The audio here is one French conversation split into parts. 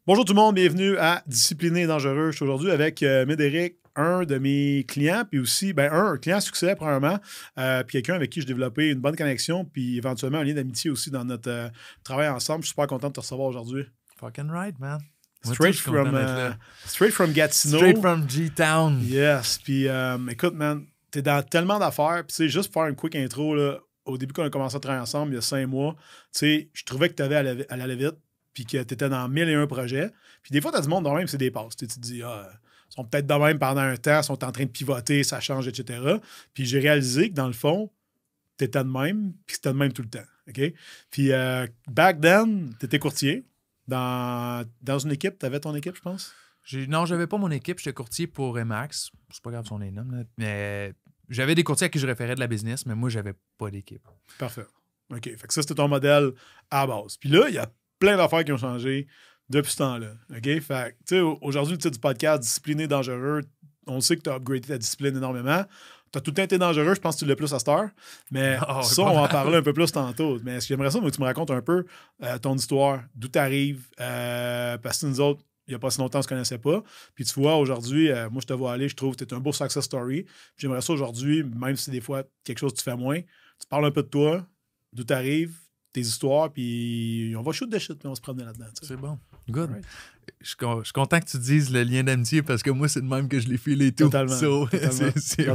Bonjour tout le monde, bienvenue à Discipliné et Dangereux. Je suis aujourd'hui avec Médéric, un de mes clients, puis aussi, un client à succès, premièrement, puis quelqu'un avec qui j'ai développé une bonne connexion, puis éventuellement un lien d'amitié aussi dans notre travail ensemble. Je suis super content de te recevoir aujourd'hui. Fucking right, man. Straight from Gatineau. Straight from G-Town. Yes, puis écoute, man, t'es dans tellement d'affaires, puis tu sais, juste pour faire une quick intro, là, au début, quand on a commencé à travailler ensemble, il y a 5 mois, tu sais, je trouvais que t'avais à l'aller vite, puis que tu étais dans 1001 projets. Puis des fois, tu as du monde dans même, c'est des passes. Tu te dis, ils sont peut-être de même pendant un temps, ils sont en train de pivoter, ça change, etc. Puis j'ai réalisé que dans le fond, tu étais de même, puis c'était de même tout le temps. OK? Puis back then, tu étais courtier dans une équipe. Tu avais ton équipe, je pense? Non, j'avais pas mon équipe. J'étais courtier pour Remax. C'est pas grave son nom, là. Mais j'avais des courtiers à qui je référais de la business, mais moi, j'avais pas d'équipe. Parfait. OK. Fait que ça, c'était ton modèle à base. Puis là, il y a plein d'affaires qui ont changé depuis ce temps-là. OK? Fait que, tu sais, aujourd'hui, le titre du podcast, Discipliné, dangereux, on sait que tu as upgradé ta discipline énormément. Tu as tout le temps été dangereux, je pense que tu l'as plus à cette heure. Mais ça, on va en parler un peu plus tantôt. Mais j'aimerais ça, que tu me racontes un peu ton histoire, d'où tu arrives. Parce que nous autres, il n'y a pas si longtemps, on ne se connaissait pas. Puis tu vois, aujourd'hui, moi, je te vois aller, je trouve que tu es un beau success story. Puis j'aimerais ça aujourd'hui, même si des fois, quelque chose que tu fais moins, tu parles un peu de toi, d'où tu arrives, tes histoires, puis on va shoot de shit, puis on va se promener là-dedans. C'est bon. Good. Right. Je suis content que tu dises le lien d'amitié parce que moi, c'est de même que je l'ai filé et tout. Totalement. C'est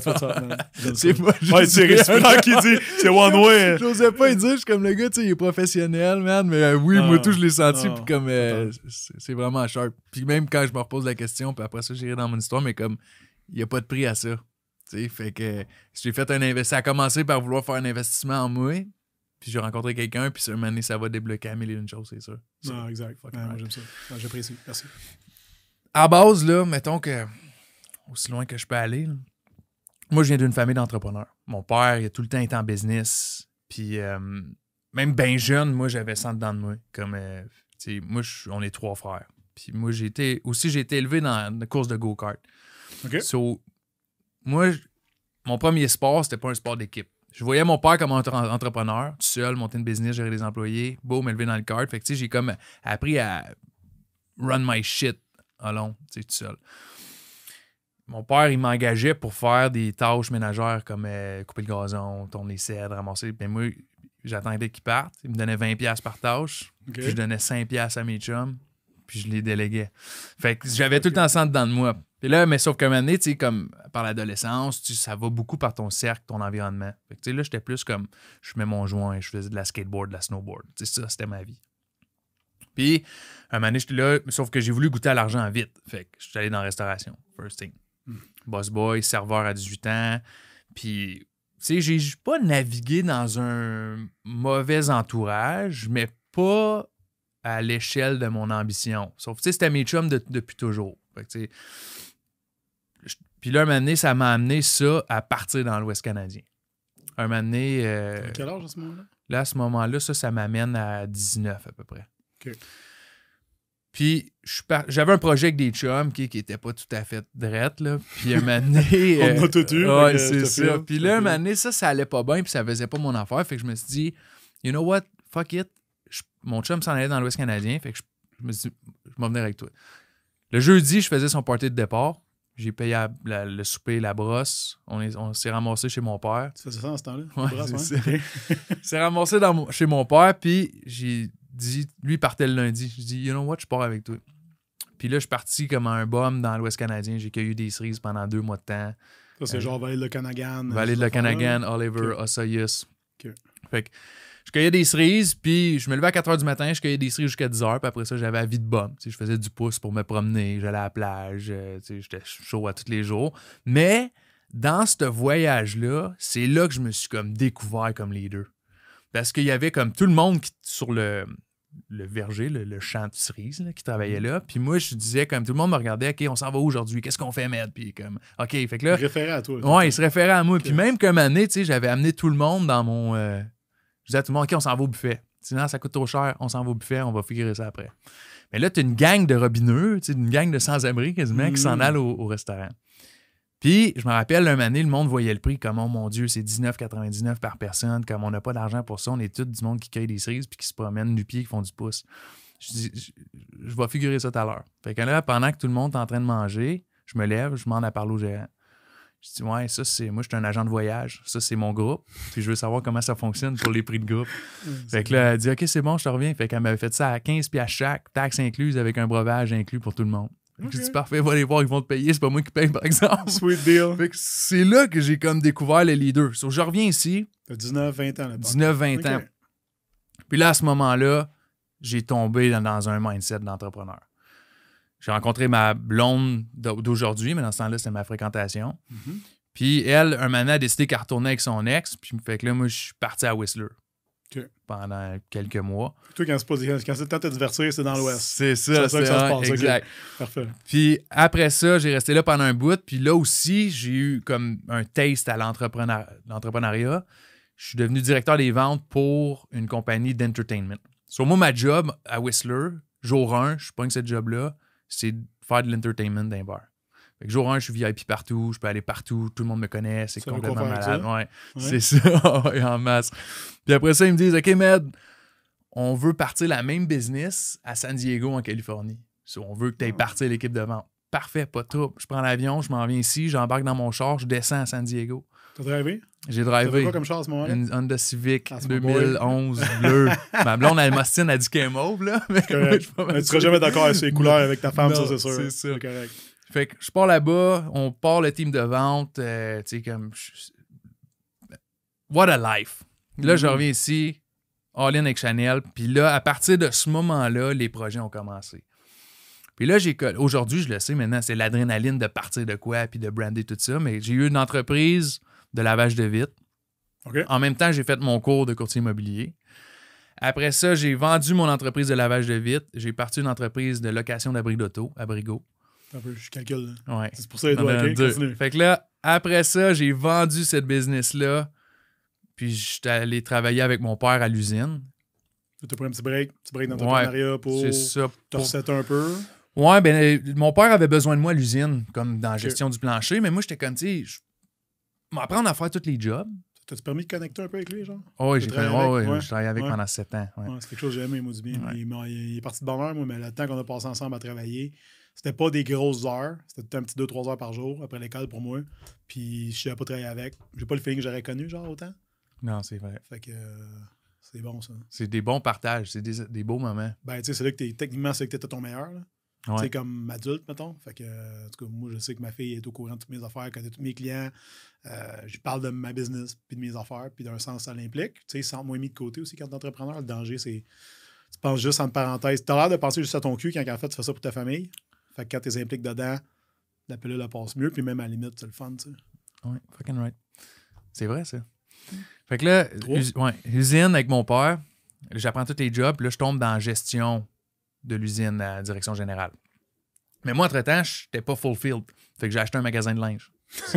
moi. Ouais, c'est réciproque qui dit, c'est one way. J'osais pas y dire, je suis comme le gars, tu sais, il est professionnel, man. Mais oui, moi, tout, je l'ai senti, puis comme, c'est vraiment sharp. Puis même quand je me repose la question, puis après ça, j'irai dans mon histoire, mais comme, il n'y a pas de prix à ça. Tu sais, fait que j'ai fait un investissement. Ça a commencé par vouloir faire un investissement en moi. Puis j'ai rencontré quelqu'un, puis sur un moment donné, ça va débloquer à mille et une choses, c'est sûr. Non, exact. Moi, j'aime ça. J'apprécie. Merci. À base, là, mettons que, aussi loin que je peux aller, là, moi, je viens d'une famille d'entrepreneurs. Mon père, il a tout le temps été en business. Puis même bien jeune, moi, j'avais ça dedans de moi. Comme, tu sais, moi, on est 3 frères. Puis moi, j'ai été élevé dans une course de go-kart. OK. So, moi, mon premier sport, c'était pas un sport d'équipe. Je voyais mon père comme entrepreneur, tout seul, monter une business, gérer des employés, boum, élevé dans le kart. Fait que, tu sais, j'ai comme appris à run my shit alone, tu sais, tout seul. Mon père, il m'engageait pour faire des tâches ménagères comme couper le gazon, tourner les cèdres, ramasser. Ben moi, j'attendais qu'il parte. Il me donnait 20$ par tâche. Okay. Puis je donnais 5$ à mes chums. Puis je les déléguais. Fait que j'avais tout le temps ça dedans de moi. Puis là, mais sauf qu'à un moment donné, tu sais, comme par l'adolescence, ça va beaucoup par ton cercle, ton environnement. Fait que tu sais, là, j'étais plus comme, je mets mon joint, je faisais de la skateboard, de la snowboard. Tu sais, ça, c'était ma vie. Puis, à un moment donné, j'étais là, sauf que j'ai voulu goûter à l'argent vite. Fait que je suis allé dans la restauration, first thing. Boss boy, serveur à 18 ans. Puis, tu sais, j'ai pas navigué dans un mauvais entourage, mais pas à l'échelle de mon ambition. Sauf, tu sais, c'était mes chums depuis toujours. Fait que, tu sais, puis là, un moment donné, ça m'a amené ça à partir dans l'Ouest canadien. Un moment donné... À quel âge à ce moment-là? Là, à ce moment-là, ça m'amène à 19 à peu près. OK. Puis, j'avais un projet avec des chums qui était pas tout à fait drette, là. Puis, un moment donné... On a tout eu. Ouais, c'est ça. Puis là, un moment donné, ça allait pas bien, puis ça faisait pas mon affaire. Fait que je me suis dit, you know what, fuck it. Mon chum s'en allait dans l'Ouest canadien, fait que je me suis dit, je vais venir avec toi. Le jeudi, je faisais son party de départ. J'ai payé le souper, la brosse. On s'est ramassé chez mon père. Tu faisais ça en ce temps-là? Ouais, c'est ça. On s'est ramassé chez mon père, puis j'ai dit... Lui, il partait le lundi. J'ai dit, you know what, je pars avec toi. Puis là, je suis parti comme un bum dans l'Ouest canadien. J'ai cueilli des cerises pendant 2 mois de temps. Ça, c'est genre Vallée de Okanagan. Vallée de Okanagan, Oliver, okay. Osayus. Okay. Fait que je cueillais des cerises, puis je me levais à 4h du matin, je cueillais des cerises jusqu'à 10h, puis après ça, j'avais la vie de bum. Je faisais du pouce pour me promener, j'allais à la plage, j'étais chaud à tous les jours. Mais dans ce voyage-là, c'est là que je me suis comme découvert comme leader. Parce qu'il y avait comme tout le monde sur le verger, le champ de cerises là, qui travaillait là. Puis moi, je disais, comme tout le monde me regardait, OK, on s'en va aujourd'hui, qu'est-ce qu'on fait, Med? Puis comme, OK, fait que là... Il référait à toi. Ouais, il se référait à moi. Okay. Puis même comme année, tu sais, j'avais amené tout le monde dans mon... je disais à tout le monde, OK, on s'en va au buffet. Sinon, ça coûte trop cher, on s'en va au buffet, on va figurer ça après. Mais là, tu as une gang de robineux, une gang de sans-abri quasiment qui s'en allent au restaurant. Puis, je me rappelle, un moment donné, le monde voyait le prix comme, oh mon Dieu, c'est 19,99 par personne, comme on n'a pas d'argent pour ça, on est tous du monde qui cueille des cerises puis qui se promènent du pied, qui font du pouce. Je dis, je vais figurer ça tout à l'heure. Fait que là, pendant que tout le monde est en train de manger, je me lève, je demande à parler au gérant. Je dis, ouais, ça, c'est. Moi, je suis un agent de voyage. Ça, c'est mon groupe. Puis je veux savoir comment ça fonctionne pour les prix de groupe. Fait que là, elle dit, OK, c'est bon, je te reviens. Fait qu'elle m'avait fait ça à 15$ chaque, taxes incluses avec un breuvage inclus pour tout le monde. Okay. J'ai dit, parfait, va les voir, ils vont te payer. C'est pas moi qui paye, par exemple. Sweet deal. Fait que c'est là que j'ai comme découvert le leader. So, je reviens ici. T'as 19-20 ans là-bas. 19-20 ans. Puis là, à ce moment-là, j'ai tombé dans un mindset d'entrepreneur. J'ai rencontré ma blonde d'aujourd'hui, mais dans ce temps-là, c'était ma fréquentation. Mm-hmm. Puis elle, un moment, a décidé qu'elle retournait avec son ex. Puis fait que là, moi, je suis parti à Whistler. Okay. Pendant quelques mois. Toi, quand c'est le temps de te divertir, c'est dans l'Ouest. C'est ça, c'est ça que ça se passe. Exact. Okay. Parfait. Puis après ça, j'ai resté là pendant un bout. Puis là aussi, j'ai eu comme un taste à l'entrepreneuriat. Je suis devenu directeur des ventes pour une compagnie d'entertainment. Sur moi, ma job à Whistler, jour 1, je pogne cette job-là, c'est de faire de l'entertainment dans un bar. Fait que jour 1, je suis VIP partout, je peux aller partout, tout le monde me connaît, c'est complètement malade. Ouais. C'est ça, en masse. Puis après ça, ils me disent, OK, Med, on veut partir la même business à San Diego, en Californie. So, on veut que tu ailles partir l'équipe de vente. Parfait, pas de trouble. Je prends l'avion, je m'en viens ici, j'embarque dans mon char, je descends à San Diego. T'as drivé? J'ai drivé. T'as quoi comme char à ce moment-là? Une Honda Civic 2011 bleue. Ma blonde, elle m'ostine, elle dit qu'elle est mauve, là. Mais tu seras jamais d'accord avec les couleurs avec ta femme, non, ça, c'est sûr. C'est ça. C'est correct. Fait que je pars là-bas, on part le team de vente, tu sais, comme... What a life! Là, je reviens ici, all-in avec Chanel, puis là, à partir de ce moment-là, les projets ont commencé. Puis là, aujourd'hui, je le sais maintenant, c'est l'adrénaline de partir de quoi, puis de brander tout ça, mais j'ai eu une entreprise de lavage de vitres. Okay. En même temps, j'ai fait mon cours de courtier immobilier. Après ça, j'ai vendu mon entreprise de lavage de vitres. J'ai parti une entreprise de location d'abri d'auto, Abrigo. Un peu, je calcule. Ouais. C'est pour ça les doigts, OK? Continue. Fait que là, après ça, j'ai vendu cette business-là, puis j'étais allé travailler avec mon père à l'usine. Tu as pris un petit break d'entrepreneuriat pour te resetter un peu. Ouais, ben mon père avait besoin de moi à l'usine, comme dans la gestion du plancher, mais moi, j'étais comme, tu sais, je m'apprends à faire tous les jobs. T'as-tu permis de connecter un peu avec lui, genre? Oh, oui, je travaillais avec pendant 7 ans. Ouais. C'est quelque chose que j'ai aimé, il m'a dit bien. Ouais. Il est parti de bonne heure, moi, mais le temps qu'on a passé ensemble à travailler, c'était pas des grosses heures. C'était un petit 2-3 heures par jour après l'école pour moi. Puis je savais pas travailler avec. J'ai pas le feeling que j'aurais connu, genre, autant. Non, c'est vrai. Fait que c'est bon, ça. C'est des bons partages, c'est des beaux moments. Ben, tu sais, c'est là que techniquement, c'est là que t'étais ton meilleur, là. Ouais. Tu sais, comme adulte, mettons. Fait que, en tout cas, moi, je sais que ma fille est au courant de toutes mes affaires, connaît tous mes clients. Je parle de ma business, puis de mes affaires, puis d'un sens, ça l'implique. Tu sais, sans moi mis de côté aussi quand t'es entrepreneur. Le danger, c'est. Tu penses juste en parenthèse. T'as l'air de penser juste à ton cul quand en fait, tu fais ça pour ta famille. Fait que quand t'es impliqué dedans, la pilule, elle passe mieux, puis même à la limite, c'est le fun, tu sais. Oui, fucking right. C'est vrai, ça. Fait que là, usine avec mon père, j'apprends tous les jobs, puis là, je tombe dans la gestion de l'usine à la direction générale. Mais moi, entre-temps, je n'étais pas fulfilled. Fait que j'ai acheté un magasin de linge.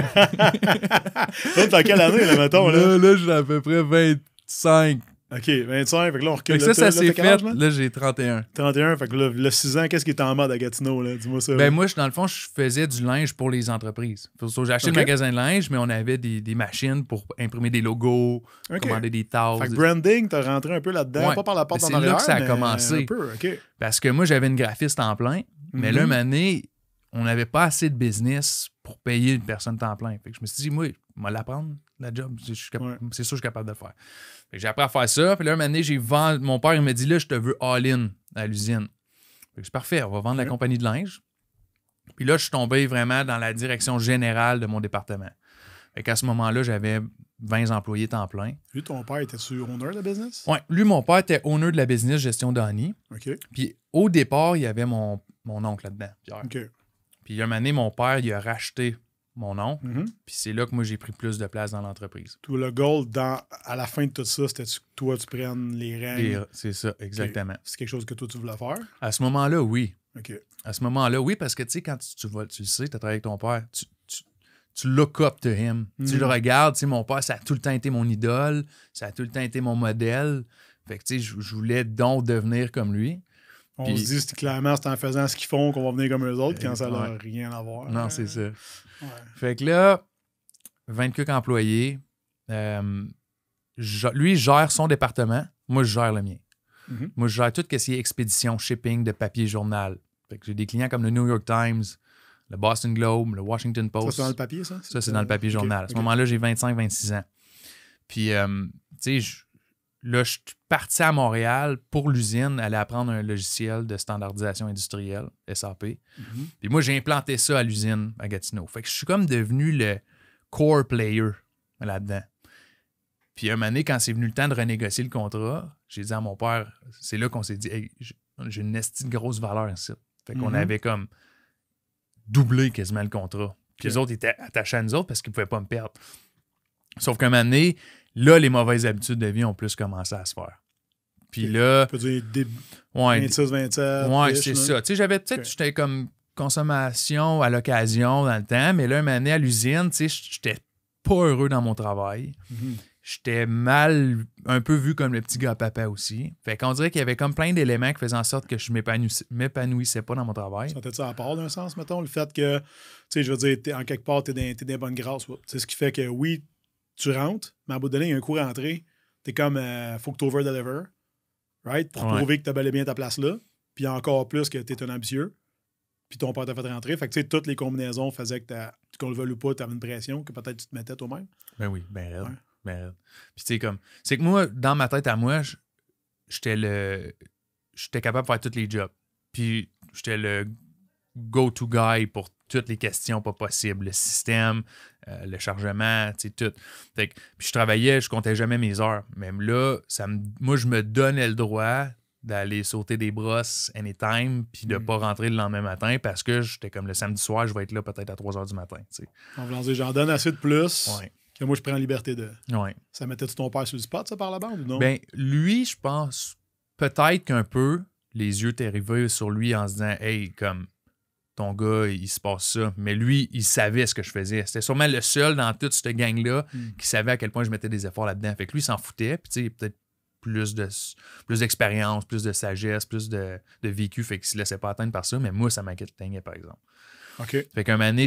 Là, t'as quelle année, là, mettons? Là, j'ai à peu près 25. OK, 25. Fait que là, on recule. Fait que ça s'est fait. Là, j'ai 31. 31. Fait que là, le 6 ans, qu'est-ce qui était en mode à Gatineau, là? Dis-moi ça. Ben, moi, dans le fond, je faisais du linge pour les entreprises. J'ai acheté le magasin de linge, mais on avait des machines pour imprimer des logos, commander des tasses. Fait que branding, t'as rentré un peu là-dedans, pas par la porte en arrière, c'est là que ça a commencé. Un peu, OK. Parce que moi, j'avais une graphiste en plein, mais là, une année, on n'avait pas assez de business pour payer une personne temps plein. Fait que je me suis dit, moi, je vais l'apprendre, la job. C'est sûr que je suis capable de le faire. Fait que j'ai appris à faire ça. Puis là, une année, mon père, il m'a dit, là, je te veux all-in à l'usine. Fait que c'est parfait, on va vendre la compagnie de linge. Puis là, je suis tombé vraiment dans la direction générale de mon département. Fait qu'à ce moment-là, j'avais 20 employés temps plein. Lui, ton père était sur owner de la business? Oui, lui, mon père était owner de la business gestion d'Annie. OK. Puis au départ, il y avait mon oncle là-dedans, Pierre. OK. Puis une année, mon père, il a racheté mon nom. Mm-hmm. Puis c'est là que moi, j'ai pris plus de place dans l'entreprise. Tout le goal, à la fin de tout ça, c'était que toi, tu prennes les règles. C'est ça, exactement. Okay. C'est quelque chose que toi, tu voulais faire? À ce moment-là, oui. OK. À ce moment-là, oui, parce que tu sais, quand tu le sais, tu as travaillé avec ton père, tu look up to him. Mm-hmm. Tu le regardes, tu sais, mon père, ça a tout le temps été mon idole, ça a tout le temps été mon modèle. Fait que tu sais, je voulais donc devenir comme lui. On se dit clairement, c'est en faisant ce qu'ils font qu'on va venir comme eux autres quand ça n'a rien à voir. Non, c'est ça. Ouais. Fait que là, 24 employés. Lui, il gère son département. Moi, je gère le mien. Moi, je gère tout ce qui est expédition, shipping de papier journal. Fait que j'ai des clients comme le New York Times, le Boston Globe, le Washington Post. Ça, c'est dans le papier, ça? Ça, c'est dans le papier journal. À ce moment-là, j'ai 25-26 ans. Puis, tu sais, là, je suis parti à Montréal pour l'usine, aller apprendre un logiciel de standardisation industrielle, SAP. Puis moi, j'ai implanté ça à l'usine à Gatineau. Fait que je suis comme devenu le core player là-dedans. Puis un moment donné, quand c'est venu le temps de renégocier le contrat, j'ai dit à mon père, c'est là qu'on s'est dit, hey, j'ai une esti de grosse valeur ici. Fait qu'on avait comme doublé quasiment le contrat. Puis les autres étaient attachés à nous autres parce qu'ils ne pouvaient pas me perdre. Sauf qu'un moment donné, là, les mauvaises habitudes de vie ont plus commencé à se faire. Puis là... Tu peux dire 26-27. Ouais, c'est ça. Tu sais, j'avais peut-être, j'étais comme consommation à l'occasion dans le temps, mais là, un moment donné, à l'usine, tu sais, j'étais pas heureux dans mon travail. J'étais mal, un peu vu comme le petit gars à papa aussi. Fait qu'on dirait qu'il y avait comme plein d'éléments qui faisaient en sorte que je m'épanouissais pas dans mon travail. Ça sentais-tu à part d'un sens, mettons, le fait que, tu sais, je veux dire, en quelque part, t'es dans des bonnes grâces. C'est ce qui fait que, oui, tu rentres, mais à bout de donné, il y a un coup rentré. T'es comme, faut que tu over-deliver, right? Pour prouver que t'as bel et bien ta place là. Puis encore plus que t'es un ambitieux. Puis ton père t'a fait rentrer. Fait que, tu sais, toutes les combinaisons faisaient que, qu'on le veuille ou pas, t'avais une pression que peut-être tu te mettais toi-même. Ben oui, ben raide. Ben, puis tu sais, comme, c'est que moi, dans ma tête à moi, j'étais capable de faire tous les jobs. Puis j'étais le go-to guy pour toutes les questions pas possibles. Le système, le chargement, tu sais, tout. Fait que, puis je travaillais, je comptais jamais mes heures. Même là, moi, je me donnais le droit d'aller sauter des brosses anytime puis de pas rentrer le lendemain matin parce que j'étais comme le samedi soir, je vais être là peut-être à 3 h du matin. Tu sais. En voulant dire, j'en donne assez de plus. Que moi, je prends la liberté de. Ça mettait-tu ton père sur le spot, ça, par la bande, ou non? Ben, lui, je pense, peut-être qu'un peu, les yeux étaient rivés sur lui en se disant, hey, comme, ton gars, il se passe ça. Mais lui, il savait ce que je faisais. C'était sûrement le seul dans toute cette gang-là qui savait à quel point je mettais des efforts là-dedans. Fait que lui, il s'en foutait. Puis, tu sais, peut-être plus d'expérience, plus de sagesse, plus de vécu. Fait qu'il se laissait pas atteindre par ça. Mais moi, ça m'inquiétait, par exemple. OK. Fait qu'un moment donné,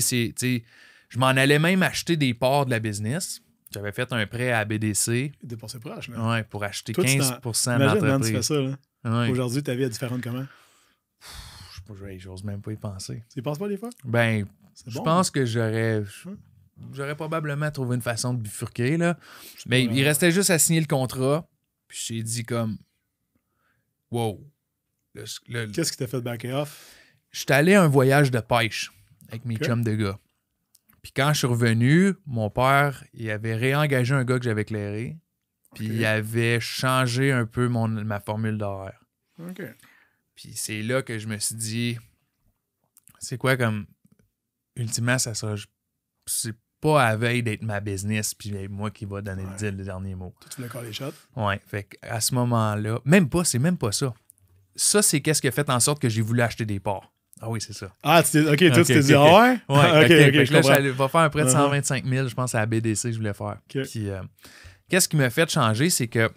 je m'en allais même acheter des parts de la business. J'avais fait un prêt à BDC. Dépensé proche, là. Ouais, pour acheter toi, 15% de l'entreprise. Tu fais ça, là. Ouais. Aujourd'hui, ta vie est différente comment? J'ose même pas y penser. Tu y penses pas des fois? Ben, je pense que j'aurais probablement trouvé une façon de bifurquer, là. Mais il restait juste à signer le contrat. Puis j'ai dit comme, wow. Qu'est-ce qui t'a fait backer off? J'étais allé à un voyage de pêche avec mes chums de gars. Puis quand je suis revenu, mon père, il avait réengagé un gars que j'avais éclairé. Puis il avait changé un peu ma formule d'horaire. OK. Puis c'est là que je me suis dit, c'est quoi comme, ultimement, ça sera, c'est pas à veille d'être ma business, puis moi qui va donner le dernier mot. Tu voulais coller les shots? Ouais, fait qu'à ce moment-là, c'est même pas ça. Ça, c'est qu'est-ce qui a fait en sorte que j'ai voulu acheter des parts. Ah oui, c'est ça. Ah, tu t'es dit, ah ouais? Ouais, OK, je là, je vais faire un prêt de 125 000, je pense, à la BDC que je voulais faire. Puis, qu'est-ce qui m'a fait changer, c'est que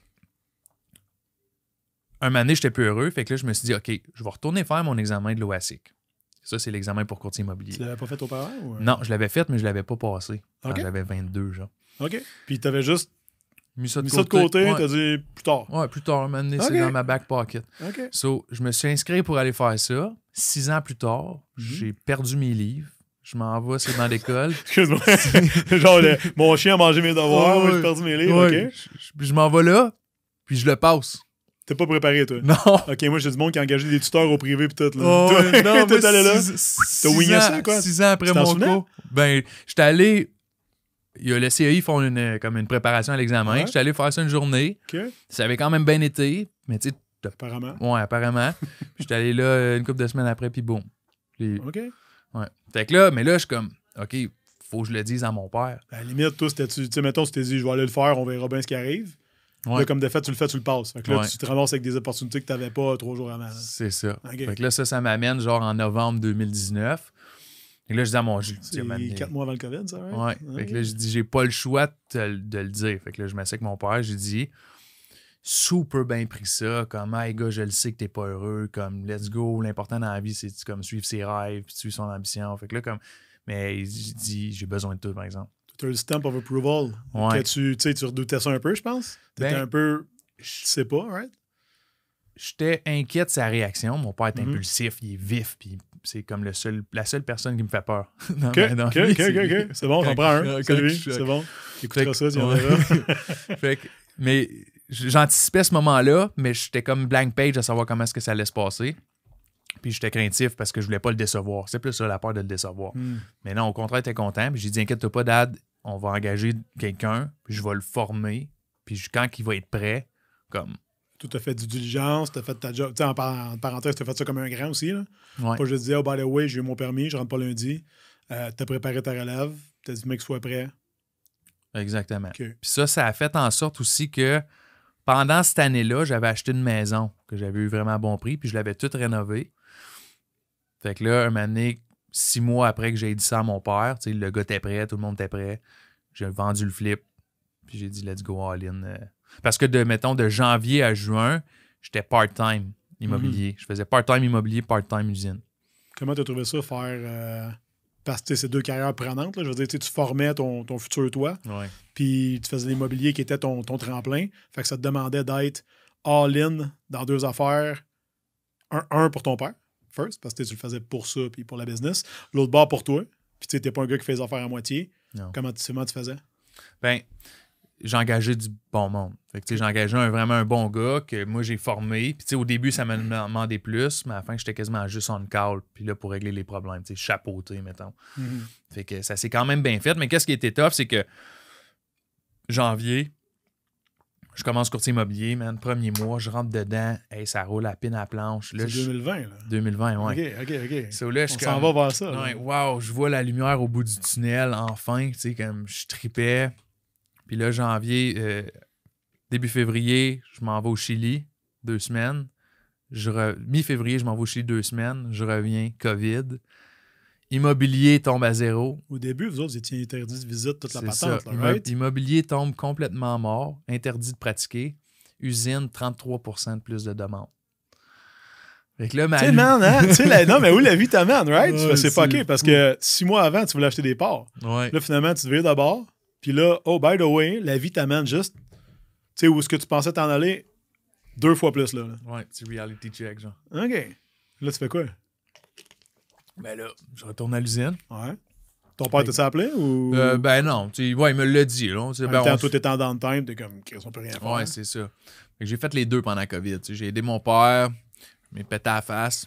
un moment donné, j'étais plus heureux, fait que là, je me suis dit, OK, je vais retourner faire mon examen de l'OASIC. Ça, c'est l'examen pour courtier immobilier. Tu l'avais pas fait auparavant? Ou... Non, je l'avais fait, mais je l'avais pas passé. Quand j'avais 22, genre. OK. Puis t'avais juste mis ça de côté, t'as dit plus tard. Ouais, plus tard, un moment donné, c'est dans ma back pocket. OK. So, je me suis inscrit pour aller faire ça. 6 ans plus tard, j'ai perdu mes livres. Je m'en vais, c'est dans l'école. Excuse-moi. Genre, mon chien a mangé mes devoirs, moi, j'ai perdu mes livres, OK. Je m'en vais là, puis je le passe. T'es pas préparé, toi? Non. OK, moi, j'ai du monde qui a engagé des tuteurs au privé pis tout, là. Oh, toi, non, t'es allé là? T'as wingé ça, quoi? 6 ans après mon cours. Ben, j'étais allé... Le CEI font comme une préparation à l'examen. J'étais allé faire ça une journée. Ça avait quand même bien été, mais tu sais... Apparemment. Ouais, apparemment. Puis j'étais allé là une couple de semaines après, puis boum. OK. Ouais. Fait que là, je suis comme, OK, faut que je le dise à mon père. À la limite, toi, tu sais, mettons, tu t'es dit, je vais aller le faire, on verra bien ce qui arrive. Là, comme de fait, tu le fais, tu le passes. Fait que là, tu te ramasses avec des opportunités que tu n'avais pas 3 jours avant. C'est ça. Okay. Fait que là, ça m'amène genre en novembre 2019. Et là, je dis à mon... C'est 4 mois avant le COVID, ça, ouais? Fait que là, je dis, j'ai pas le choix de le dire. Fait que là, je m'assieds avec mon père, j'ai dit, super bien pris ça, comme, hey gars, je le sais que t'es pas heureux, comme, let's go, l'important dans la vie, c'est comme suivre ses rêves, puis suivre son ambition. Fait que là, comme, mais j'ai dit, j'ai besoin de tout, par exemple. Tu as le stamp of approval. Ouais. Tu redoutais ça un peu, je pense. T'étais un peu, je sais pas, right? j'étais inquiet de sa réaction. Mon père est impulsif, il est vif, puis c'est comme la seule personne qui me fait peur. OK. C'est bon, j'en prends un. C'est lui, c'est bon. Écoutera ça, tu en verras. Mais j'anticipais ce moment-là, mais j'étais comme blank page à savoir comment est-ce que ça allait se passer. Puis j'étais craintif parce que je voulais pas le décevoir. C'est plus ça, la peur de le décevoir. Mais non, au contraire, j'étais content. Puis j'ai dit, inquiète-toi pas, Dad, on va engager quelqu'un, puis je vais le former. Puis quand il va être prêt, comme... Tout a fait du diligence, t'as fait ta job. Tu sais, en parenthèse, t'as fait ça comme un grand aussi, là. Ouais. Pas juste dire, oh, by the way, j'ai eu mon permis, je rentre pas lundi. T'as préparé ta relève, t'as dit, mec, sois prêt. Exactement. Okay. Puis ça a fait en sorte aussi que pendant cette année-là, j'avais acheté une maison que j'avais eu vraiment à bon prix, puis je l'avais toute rénovée. Fait que là, un moment donné, 6 mois après que j'ai dit ça à mon père, le gars était prêt, tout le monde était prêt. J'ai vendu le flip, puis j'ai dit, let's go all in. Parce que, de janvier à juin, j'étais part-time immobilier. Je faisais part-time immobilier, part-time usine. Comment tu as trouvé ça, faire... parce que c'est 2 carrières prenantes, là. Je veux dire, tu formais ton futur toi, puis tu faisais l'immobilier qui était ton tremplin. Fait que ça te demandait d'être all-in dans 2 affaires. Un pour ton père, first, parce que tu le faisais pour ça puis pour la business. L'autre bord pour toi. Puis tu n'étais pas un gars qui fait les affaires à moitié. Non. Comment tu faisais? Ben, j'ai engagé du bon monde. Fait que, j'ai engagé vraiment un bon gars que moi, j'ai formé. Puis au début, ça m'a demandé plus, mais à la fin, j'étais quasiment juste on call. Puis là, pour régler les problèmes, chapeauté, mettons. Fait que ça s'est quand même bien fait. Mais qu'est-ce qui était tough, c'est que janvier, je commence courtier immobilier, man. Premier mois, je rentre dedans. Hey, ça roule à pine à la planche. Là, c'est 2020, là. 2020, ouais. OK. So, là, on s'en va vers ça. Ouais, wow, je vois la lumière au bout du tunnel, enfin. Tu sais, comme je tripais. Puis là, janvier, début février, je m'en vais au Chili, 2 semaines. Mi-février, je m'en vais au Chili 2 semaines. Je reviens, COVID. Immobilier tombe à 0. Au début, vous autres, vous étiez interdit de visite toute la patente. Là, right? Immobilier tombe complètement mort, interdit de pratiquer. Usine, 33% de plus de demandes. Fait que là, tu sais, man, hein? Non, mais où la vie t'amène, right? C'est fucké parce que 6 mois avant, tu voulais acheter des parts. Ouais. Là, finalement, tu te vires d'abord. Puis là, oh, by the way, la vie t'amène juste, tu sais, où est-ce que tu pensais t'en aller 2 fois plus, là. Ouais, petit reality check, genre. OK. Là, tu fais quoi? Ben là, je retourne à l'usine. Ouais. Ton père t'a appelé ou? Ben non, il me l'a dit, là. Toi, t'es en downtime, t'es comme, on peut rien faire. Ouais, c'est ça. Fait que j'ai fait les 2 pendant la COVID. J'ai aidé mon père, je m'ai pété à la face.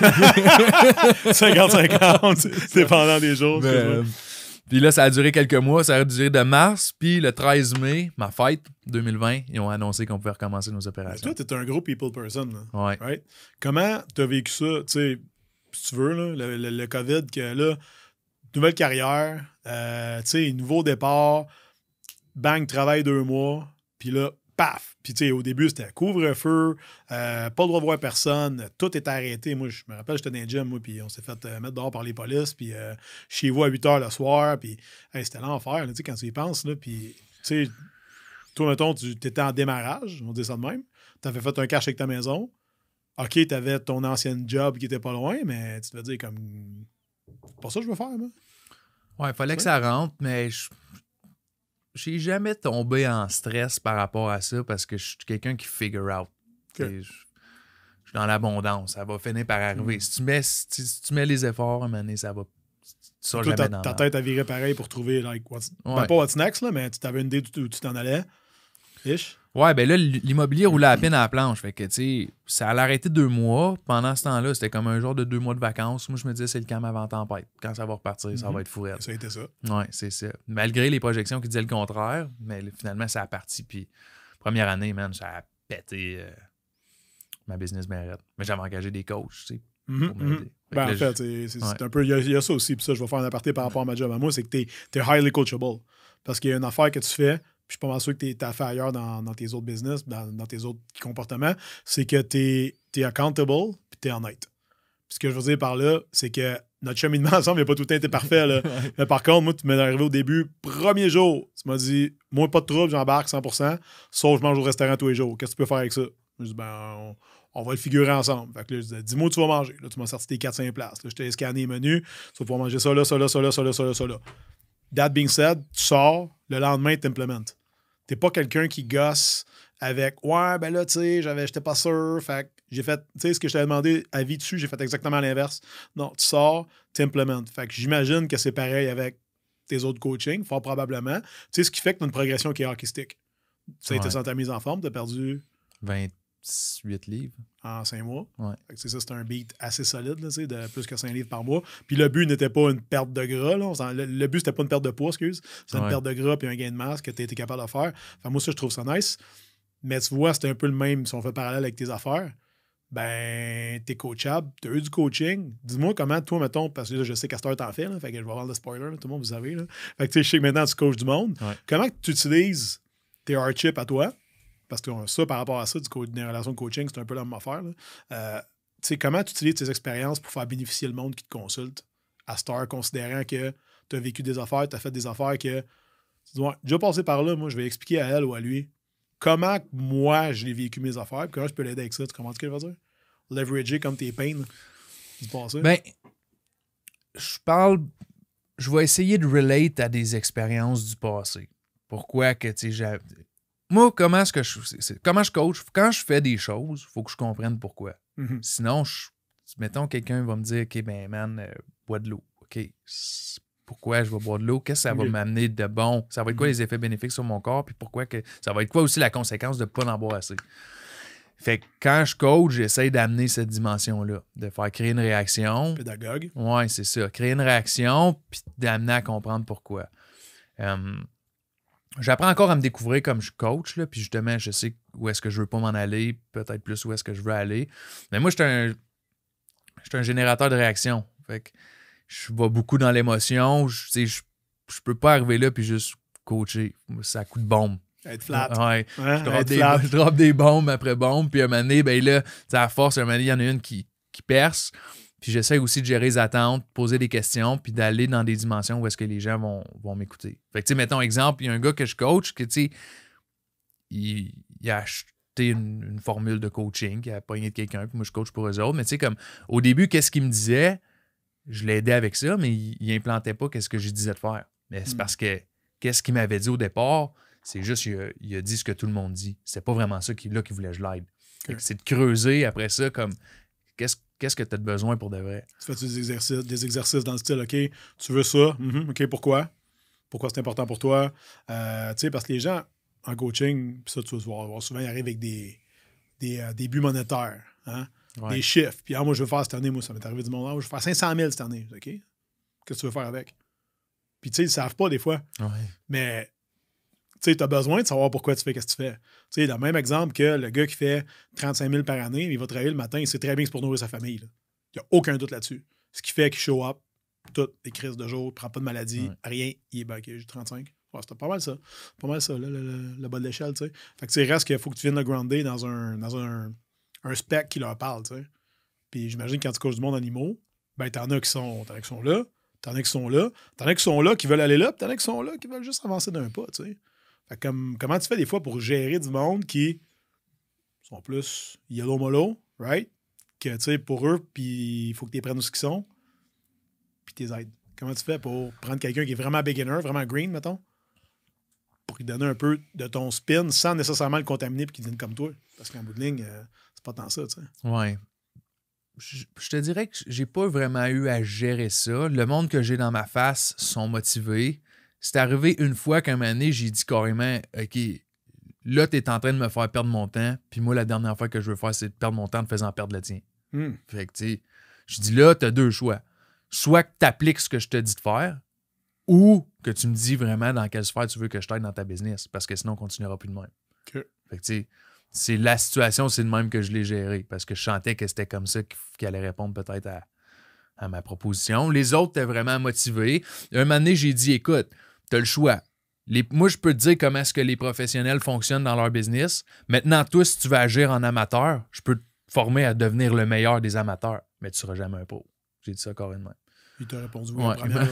50-50, dépendant des jours. Puis là, ça a duré quelques mois. Ça a duré de mars. Puis le 13 mai, ma fête 2020, ils ont annoncé qu'on pouvait recommencer nos opérations. Toi, t'es un gros people person. Là. Ouais. Right? Comment t'as vécu ça? Tu sais, si tu veux, là, le COVID, que là, nouvelle carrière, tu sais, nouveau départ, bang, travail 2 mois, puis là, paf! Puis, tu sais, au début, c'était couvre-feu, pas le droit de voir personne, tout était arrêté. Moi, je me rappelle, j'étais dans le gym, moi, puis on s'est fait mettre dehors par les polices, puis chez vous à 8 h le soir, puis hey, c'était l'enfer, tu sais, quand tu y penses, là, puis, tu sais, toi, mettons, tu étais en démarrage, on dit ça de même, t'avais fait un cash avec ta maison, OK, t'avais ton ancien job qui était pas loin, mais tu te fais dire comme, c'est pas ça que je veux faire, moi. Ouais, il fallait que ça rentre, mais j'ai jamais tombé en stress par rapport à ça parce que je suis quelqu'un qui figure out. Okay. Je suis dans l'abondance. Ça va finir par arriver. Si tu mets les efforts, à un moment donné, ça va. Tu seras jamais dans ta tête a viré pareil pour trouver, like, pas what's next, là, mais tu avais une idée où tu t'en allais. Ish. Ouais, ben là, l'immobilier roulait à peine à la planche. Fait que, tu sais, ça allait arrêter 2 mois. Pendant ce temps-là, c'était comme un genre de 2 mois de vacances. Moi, je me disais, c'est le calme avant tempête. Quand ça va repartir, ça va être fourrette. Ça a été ça. Ouais, c'est ça. Malgré les projections qui disaient le contraire, mais finalement, ça a parti. Puis, première année, man, ça a pété ma business mérite. Mais j'avais engagé des coachs, tu sais. Ben, en fait, c'est un peu. Il y a ça aussi. Puis ça, je vais faire un aparté par rapport à ma job à moi, c'est que t'es highly coachable. Parce qu'il y a une affaire que tu fais. Puis je suis pas mal sûr que tu as fait ailleurs dans tes autres business, dans tes autres comportements, c'est que tu es accountable puis tu es honnête. Puis ce que je veux dire par là, c'est que notre cheminement ensemble n'a pas tout le temps été parfait. Là. Mais par contre, moi, tu m'es arrivé au début, premier jour, tu m'as dit, moi, pas de trouble, j'embarque 100%, sauf je mange au restaurant tous les jours. Qu'est-ce que tu peux faire avec ça? Je dis, ben, on va le figurer ensemble. Fait que là, je disais, dis-moi où tu vas manger. Là, tu m'as sorti tes 4-5 places. Là, je t'ai scanné les menus. Tu vas pouvoir manger ça là, ça là, ça là, ça là, ça là, ça là. That being said, tu sors, le lendemain, tu implémentes. T'es pas quelqu'un qui gosse avec « Ouais, ben là, tu sais, j'étais pas sûr, fait J'ai fait, tu sais, ce que je t'avais demandé avis dessus, j'ai fait exactement l'inverse. Non, tu sors, tu implémentes. Fait que j'imagine que c'est pareil avec tes autres coachings, fort probablement. Tu sais, ce qui fait que tu as une progression qui est hockey stick. Ça a été sans ta mise en forme, tu as perdu 28 livres. En 5 mois. Ouais. Fait que c'est un beat assez solide, là, de plus que 5 livres par mois. Puis le but n'était pas une perte de gras. Là. Le but, c'était pas une perte de poids, excuse. C'était une perte de gras puis un gain de masse que tu étais capable de faire. Enfin, moi, ça, je trouve ça nice. Mais tu vois, c'était un peu le même si on fait parallèle avec tes affaires. Ben, t'es coachable, t'as eu du coaching. Dis-moi comment, toi, mettons, parce que là, je sais qu'à cette heure, t'en fais, là, fait que je vais avoir le spoiler, là, tout le monde, vous savez. Là. Fait que tu sais, je sais que maintenant, tu coaches du monde. Ouais. Comment tu utilises tes hardships à toi? Parce que ça, par rapport à ça, des relations de coaching, c'est un peu la même affaire. Tu sais, comment tu utilises tes expériences pour faire bénéficier le monde qui te consulte à cette heure, considérant que tu as vécu des affaires, tu as fait des affaires que tu dis, ouais, déjà passé par là, moi, je vais expliquer à elle ou à lui comment moi, je l'ai vécu mes affaires, puis comment je peux l'aider avec ça. Tu comprends ce que je veux dire? Leverager comme tes pains du passé. Ben, je vais essayer de relate à des expériences du passé. Pourquoi que, tu sais, moi, comment je coach? Quand je fais des choses, il faut que je comprenne pourquoi. Mm-hmm. Sinon, mettons, quelqu'un va me dire, OK, ben, man, bois de l'eau. OK, pourquoi je vais boire de l'eau? Qu'est-ce que ça va m'amener de bon? Ça va être quoi les effets bénéfiques sur mon corps? Puis pourquoi que ça va être quoi aussi la conséquence de ne pas en boire assez? Fait que quand je coach, j'essaie d'amener cette dimension-là, de faire créer une réaction. Pédagogue. Oui, c'est ça. Créer une réaction, puis d'amener à comprendre pourquoi. J'apprends encore à me découvrir comme je coach, là, puis justement, je sais où est-ce que je veux pas m'en aller, peut-être plus où est-ce que je veux aller. Mais moi, je suis un générateur de réaction. Fait que je vais beaucoup dans l'émotion. Je peux pas arriver là puis juste coacher. Ça coûte de bombe. Être flat. Ouais. Je drop des bombes après bombes. Puis à un moment donné, ben là, à force, à un moment donné, il y en a une qui perce. Puis j'essaie aussi de gérer les attentes, poser des questions, puis d'aller dans des dimensions où est-ce que les gens vont m'écouter. Fait que, tu sais, mettons exemple, il y a un gars que je coach que, tu sais, il a acheté une formule de coaching, il a pogné de quelqu'un, puis moi, je coach pour eux autres. Mais tu sais, comme, au début, qu'est-ce qu'il me disait? Je l'aidais avec ça, mais il implantait pas qu'est-ce que je disais de faire. Mais c'est parce que, qu'est-ce qu'il m'avait dit au départ? C'est juste qu'il a dit ce que tout le monde dit. C'est pas vraiment ça qu'il voulait que je l'aide. C'est de creuser après ça, comme, qu'est-ce que tu as besoin pour de vrai? Tu fais des exercices dans le style, OK, tu veux ça? OK, pourquoi? Pourquoi c'est important pour toi? Tu sais, parce que les gens, en coaching, ça, tu vas voir, souvent, ils arrivent avec des buts monétaires, hein? Ouais. Des chiffres. Puis, moi, je veux faire cette année, moi, ça m'est arrivé du monde, je veux faire 500 000 cette année, OK? Qu'est-ce que tu veux faire avec? Puis, tu sais, ils ne savent pas des fois. Ouais. Mais, tu sais, tu as besoin de savoir pourquoi tu fais ce que tu fais. Tu sais, le même exemple que le gars qui fait 35 000 par année, il va travailler le matin, il sait très bien que c'est pour nourrir sa famille. Il n'y a aucun doute là-dessus. Ce qui fait qu'il show up, toutes les crises de jour, il ne prend pas de maladie, rien, il est ben, OK, j'ai 35. Ouais, c'était pas mal ça. Pas mal ça, le bas de l'échelle, tu sais. Fait que, tu sais, reste qu'il faut que tu viennes le grounder dans un spec qui leur parle, tu sais. Puis j'imagine quand tu coaches du monde animaux, ben t'en as qui sont là, t'en as qui sont là, t'en as qui sont là, qui veulent aller là, puis t'en as qui sont là, qui veulent juste avancer d'un pas, tu sais. Fait que comment tu fais des fois pour gérer du monde qui sont plus yellow mollo, right? Que, tu sais, pour eux, puis il faut que tu les prennes où ce qu'ils sont, puis tu les aides. Comment tu fais pour prendre quelqu'un qui est vraiment beginner, vraiment green, mettons, pour lui donner un peu de ton spin sans nécessairement le contaminer puis qu'il devienne comme toi? Parce qu'en bout de ligne, c'est pas tant ça, tu sais. Ouais. Je te dirais que j'ai pas vraiment eu à gérer ça. Le monde que j'ai dans ma face sont motivés. C'est arrivé une fois qu'à un moment donné, j'ai dit carrément, OK, là, tu es en train de me faire perdre mon temps, puis moi, la dernière fois que je veux faire, c'est de perdre mon temps en te faisant perdre le tien. Fait que, tu sais, je dis là, tu as deux choix. Soit que tu appliques ce que je te dis de faire, ou que tu me dis vraiment dans quelle sphère tu veux que je t'aide dans ta business, parce que sinon, on continuera plus de même. Okay. Fait que, tu sais, c'est la situation, c'est de même que je l'ai géré, parce que je sentais que c'était comme ça qu'il allait répondre peut-être à ma proposition. Les autres étaient vraiment motivés. Un moment donné, j'ai dit, écoute, tu as le choix. Moi, je peux te dire comment est-ce que les professionnels fonctionnent dans leur business. Maintenant, toi, si tu veux agir en amateur, je peux te former à devenir le meilleur des amateurs, mais tu ne seras jamais un pro. J'ai dit ça carrément. Il t'a répondu oui, ouais.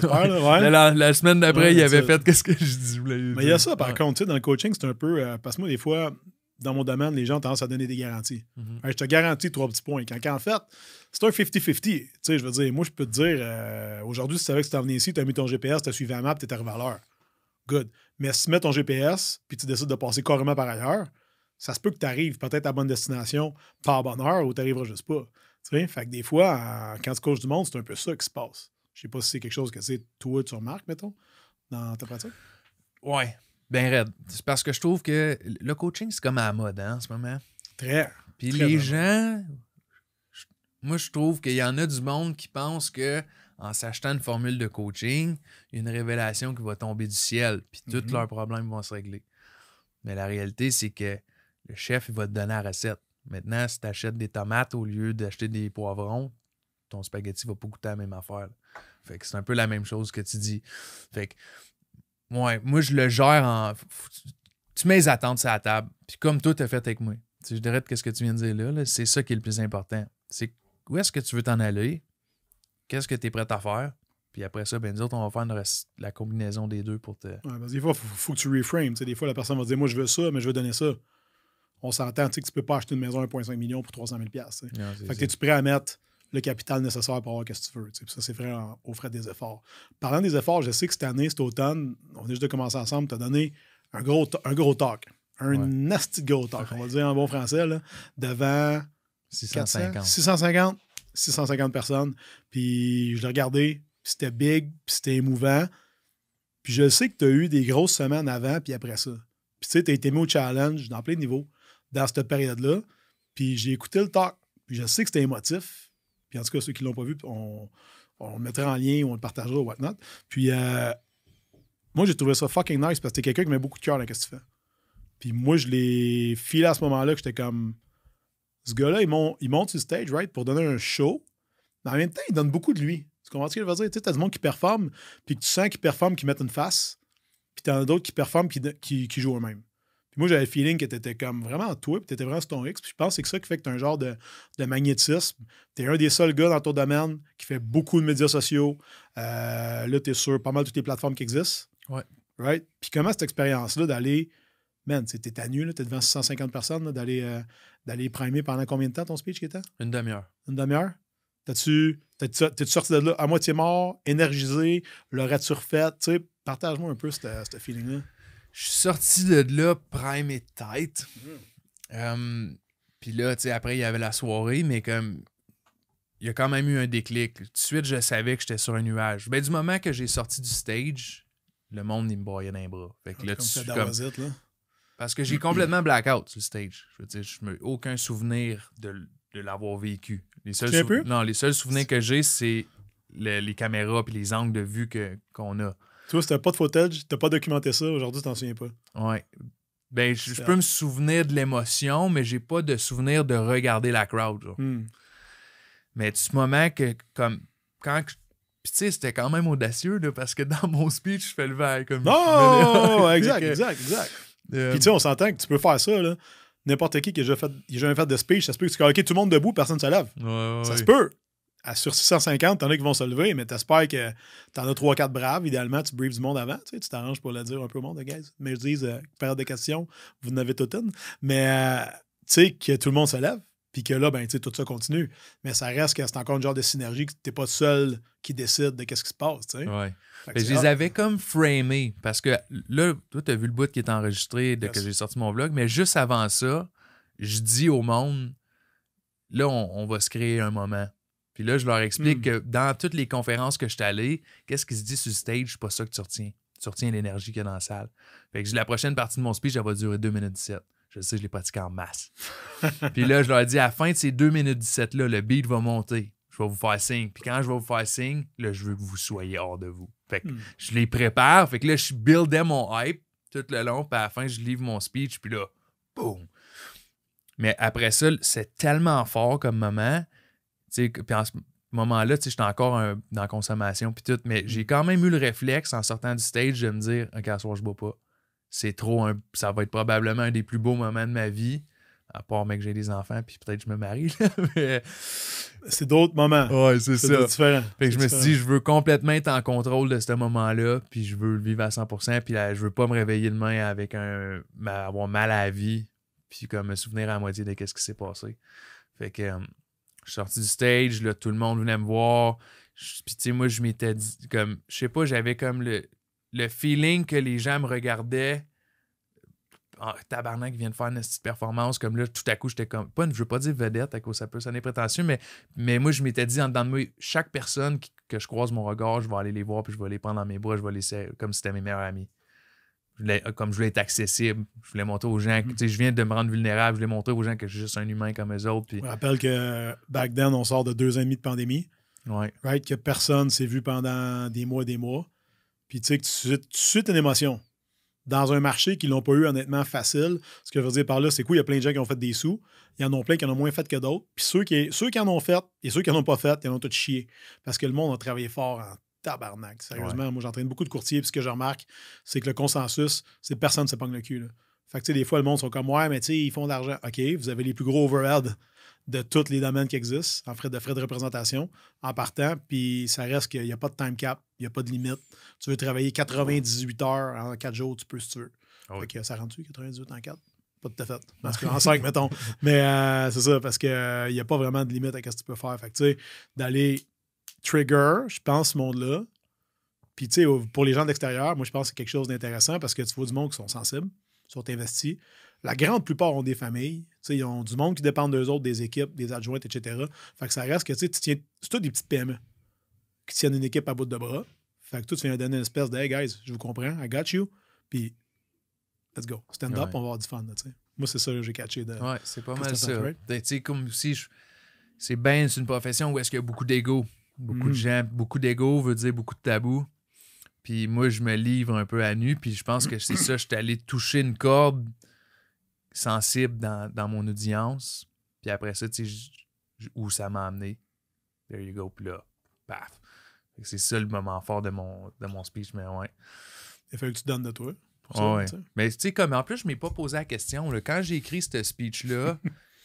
La semaine d'après, il avait fait qu'est-ce que je dis. Mais il y a ça, par contre, tu sais, dans le coaching, c'est un peu... parce que moi, des fois, dans mon domaine, les gens ont tendance à donner des garanties. Je te garantis 3 petits points. Quand en fait, c'est un 50-50. Tu sais, je veux dire, moi, je peux te dire, aujourd'hui, si tu savais que tu t'en venais ici, tu as mis ton GPS, tu as suivi la map, tu es arrivé à l'heure. Good. Mais si tu mets ton GPS, puis tu décides de passer carrément par ailleurs, ça se peut que tu arrives peut-être à bonne destination par bonne heure ou tu n'arriveras juste pas. Tu sais, fait que des fois, quand tu coaches du monde, c'est un peu ça qui se passe. Je sais pas si c'est quelque chose que toi, tu remarques, mettons, dans ta pratique. Ouais, ben raide. C'est parce que je trouve que le coaching, c'est comme à la mode en ce moment. Très. Puis très les vraiment. gens, moi, je trouve qu'il y en a du monde qui pense que en s'achetant une formule de coaching, il y a une révélation qui va tomber du ciel, puis tous leurs problèmes vont se régler. Mais la réalité, c'est que le chef, il va te donner la recette. Maintenant, si tu achètes des tomates au lieu d'acheter des poivrons, ton spaghetti va pas goûter la même affaire. Fait que c'est un peu la même chose que tu dis. Fait que, ouais, moi, je le gère en... Tu mets les attentes sur la table, puis comme toi, tu as fait avec moi. Tu sais, je dirais que ce que tu viens de dire là, c'est ça qui est le plus important. C'est où est-ce que tu veux t'en aller? Qu'est-ce que tu es prêt à faire? Puis après ça, ben, nous autres, on va faire la combinaison des deux pour te... Ouais, parce que des fois, il faut que tu reframes. Des fois, la personne va dire, moi, je veux ça, mais je veux donner ça. On s'entend que tu peux pas acheter une maison à 1,5 million pour 300 000 $. Fait que es-tu prêt à mettre le capital nécessaire pour avoir ce que tu veux? Ça, c'est vrai au frais des efforts. Parlant des efforts, je sais que cette année, cet automne, on vient juste de commencer ensemble, tu as donné un gros talk. Un nasty gros talk, on va dire en bon français, là, devant 650 personnes. Puis je l'ai regardé, c'était big, puis c'était émouvant. Puis je sais que tu as eu des grosses semaines avant, puis après ça. Puis tu sais, tu as été mis au challenge dans plein de niveaux dans cette période-là. Puis j'ai écouté le talk. Puis je sais que c'était émotif. Puis en tout cas, ceux qui ne l'ont pas vu, on le mettra en lien ou on le partagera ou whatnot. Puis moi, j'ai trouvé ça fucking nice parce que t'es quelqu'un qui met beaucoup de cœur dans ce que tu fais. Puis moi, je l'ai filé à ce moment-là que j'étais comme... Ce gars-là, il monte sur le stage, right, pour donner un show. Mais en même temps, il donne beaucoup de lui. Tu comprends ce que je veux dire? Tu sais, t'as du monde qui performe, puis que tu sens qu'ils performent, qu'ils mettent une face. Puis t'en as d'autres qui performent, qui jouent eux-mêmes. Puis moi, j'avais le feeling que t'étais comme vraiment toi, puis t'étais vraiment sur ton X. Puis je pense que c'est ça qui fait que t'as un genre de magnétisme. T'es un des seuls gars dans ton domaine qui fait beaucoup de médias sociaux. Là, t'es sur pas mal toutes les plateformes qui existent. Ouais. Right? Puis comment cette expérience-là d'aller... Man, t'es à nu, t'es devant 650 personnes, là, d'aller primer pendant combien de temps ton speech qui était? Une demi-heure. Une demi-heure? T'es-tu sorti de là à moitié mort, énergisé, l'aurais-tu refait? Tu sais, partage-moi un peu ce feeling-là. Je suis sorti de là prime et tête. Puis là, tu sais, après, il y avait la soirée, mais comme il y a quand même eu un déclic. Tout de suite, je savais que j'étais sur un nuage. Ben, du moment que j'ai sorti du stage, le monde, il me broyait dans les bras. Fait que là, là. Parce que j'ai complètement blackout sur le stage. Je veux dire, je n'ai aucun souvenir de l'avoir vécu. Les seuls souvenirs que j'ai, c'est les caméras et les angles de vue qu'on a. Toi, si t'as pas de footage, t'as pas documenté ça, aujourd'hui, tu t'en souviens pas. Ouais. Ben, je peux me souvenir de l'émotion, mais j'ai pas de souvenir de regarder la crowd. Mais du moment que, comme, quand... Puis tu sais, c'était quand même audacieux, là, parce que dans mon speech, je fais le verre comme... Non! Exact. Puis tu sais, on s'entend que tu peux faire ça, là. N'importe qui a jamais fait de speech, ça se peut que tu dis, OK, tout le monde debout, personne ne se lève. Ça se peut. Sur 650, t'en as qui vont se lever, mais t'espères que t'en as 3-4 braves. Idéalement, tu briefes du monde avant. Tu t'arranges pour le dire un peu au monde, guys. Mais je dis, période de questions, vous en avez toute une. Mais tu sais, que tout le monde se lève, puis que là, ben, tu sais, tout ça continue. Mais ça reste que c'est encore un genre de synergie que t'es pas seul qui décide de qu'est-ce qui se passe, tu sais. Ouais. Je les avais comme framés, parce que là, toi, t'as vu le bout qui est enregistré que j'ai sorti mon vlog, mais juste avant ça, je dis au monde, là, on va se créer un moment. Puis là, je leur explique que dans toutes les conférences que je suis allé, qu'est-ce qui se dit sur le stage, c'est pas ça que tu retiens. Tu retiens l'énergie qu'il y a dans la salle. Fait que la prochaine partie de mon speech, elle va durer 2 minutes 17. Je sais, je l'ai pratiqué en masse. Puis là, je leur ai dit, à la fin de ces 2 minutes 17-là, le beat va monter. Je vais vous faire signe. Puis quand je vais vous faire signe, là, je veux que vous soyez hors de vous. Fait que je les prépare. Fait que là, je buildais mon hype tout le long. Puis à la fin, je livre mon speech. Puis là, boum! Mais après ça, c'est tellement fort comme moment. Puis en ce moment-là, j'étais encore dans la consommation. Puis tout. Mais j'ai quand même eu le réflexe en sortant du stage de me dire, OK, à soir, je bois pas. C'est trop ça va être probablement un des plus beaux moments de ma vie. À part, mec, j'ai des enfants, puis peut-être je me marie. Là, mais... C'est d'autres moments. Ouais, c'est ça. Différent. Fait que je me suis dit, je veux complètement être en contrôle de ce moment-là, puis je veux le vivre à 100%, puis là, je veux pas me réveiller demain avec avoir mal à la vie, puis comme me souvenir à moitié de ce qui s'est passé. Fait que je suis sorti du stage, là, tout le monde venait me voir. Puis tu sais, moi, je m'étais dit, comme, je sais pas, j'avais comme le feeling que les gens me regardaient tabarnak, il vient de faire une petite performance. Comme là, tout à coup, j'étais comme. Je veux pas dire vedette, à cause ça peut sonner prétentieux, mais moi, je m'étais dit en dedans de moi, chaque personne que je croise mon regard, je vais aller les voir, puis je vais les prendre dans mes bras, je vais les serrer comme si c'était mes meilleurs amis. Comme je voulais être accessible, je voulais montrer aux gens, je viens de me rendre vulnérable, je voulais montrer aux gens que je suis juste un humain comme eux autres. Puis... Je me rappelle que back then, on sort de 2 ans et demi de pandémie. Ouais. Right? Que personne s'est vu pendant des mois et des mois. Puis tu sais que tu suites une émotion. Dans un marché qui ne l'ont pas eu honnêtement facile, ce que je veux dire par là, c'est qu'il y a plein de gens qui ont fait des sous. Il y en a plein qui en ont moins fait que d'autres. Puis ceux qui en ont fait et ceux qui n'en ont pas fait, ils en ont tout chié. Parce que le monde a travaillé fort en tabarnak. Sérieusement, moi, j'entraîne beaucoup de courtiers. Puis ce que je remarque, c'est que le consensus, c'est que personne ne se pogne le cul. Là. Fait que tu sais, des fois, le monde sont comme, ouais, mais tu sais, ils font de l'argent. OK, vous avez les plus gros overhead de tous les domaines qui existent, frais de représentation, en partant, puis ça reste qu'il n'y a pas de time cap, il n'y a pas de limite. Tu veux travailler 98 heures en 4 jours, tu peux si tu veux. Oh. Fait que ça rentre-tu, 98 en 4? Pas tout à fait. Parce qu'en 5, mettons. Mais c'est ça, parce qu'il n'y a pas vraiment de limite à ce que tu peux faire. Fait que, tu sais, d'aller trigger, je pense, ce monde-là. Puis, tu sais, pour les gens d'extérieur, moi, je pense que c'est quelque chose d'intéressant parce que tu vois du monde qui sont sensibles, sont investis. La grande plupart ont des familles. Ils ont du monde qui dépend d'eux autres, des équipes, des adjointes, etc. Fait que ça reste que tu tiens. C'est tout des petites PME qui tiennent une équipe à bout de bras. Fait que toi, tu viens donner une espèce de hey guys, je vous comprends, I got you. Puis, let's go. Stand up, on va avoir du fun. Là, moi, c'est ça que j'ai catché. Ouais, c'est pas mal ça. Tu sais, comme si c'est bien, c'est une profession où est-ce qu'il y a beaucoup d'ego. Beaucoup de gens, beaucoup d'ego veut dire beaucoup de tabous. Puis moi, je me livre un peu à nu. Puis je pense que c'est ça, je suis allé toucher une corde sensible dans mon audience. Puis après ça, tu sais, où ça m'a amené. There you go. Puis là, paf. C'est ça le moment fort de mon speech, mais ouais. Il fallait que tu donnes de toi. Ouais. Mais tu sais, comme en plus, je m'ai pas posé la question. Là. Quand j'ai écrit ce speech-là,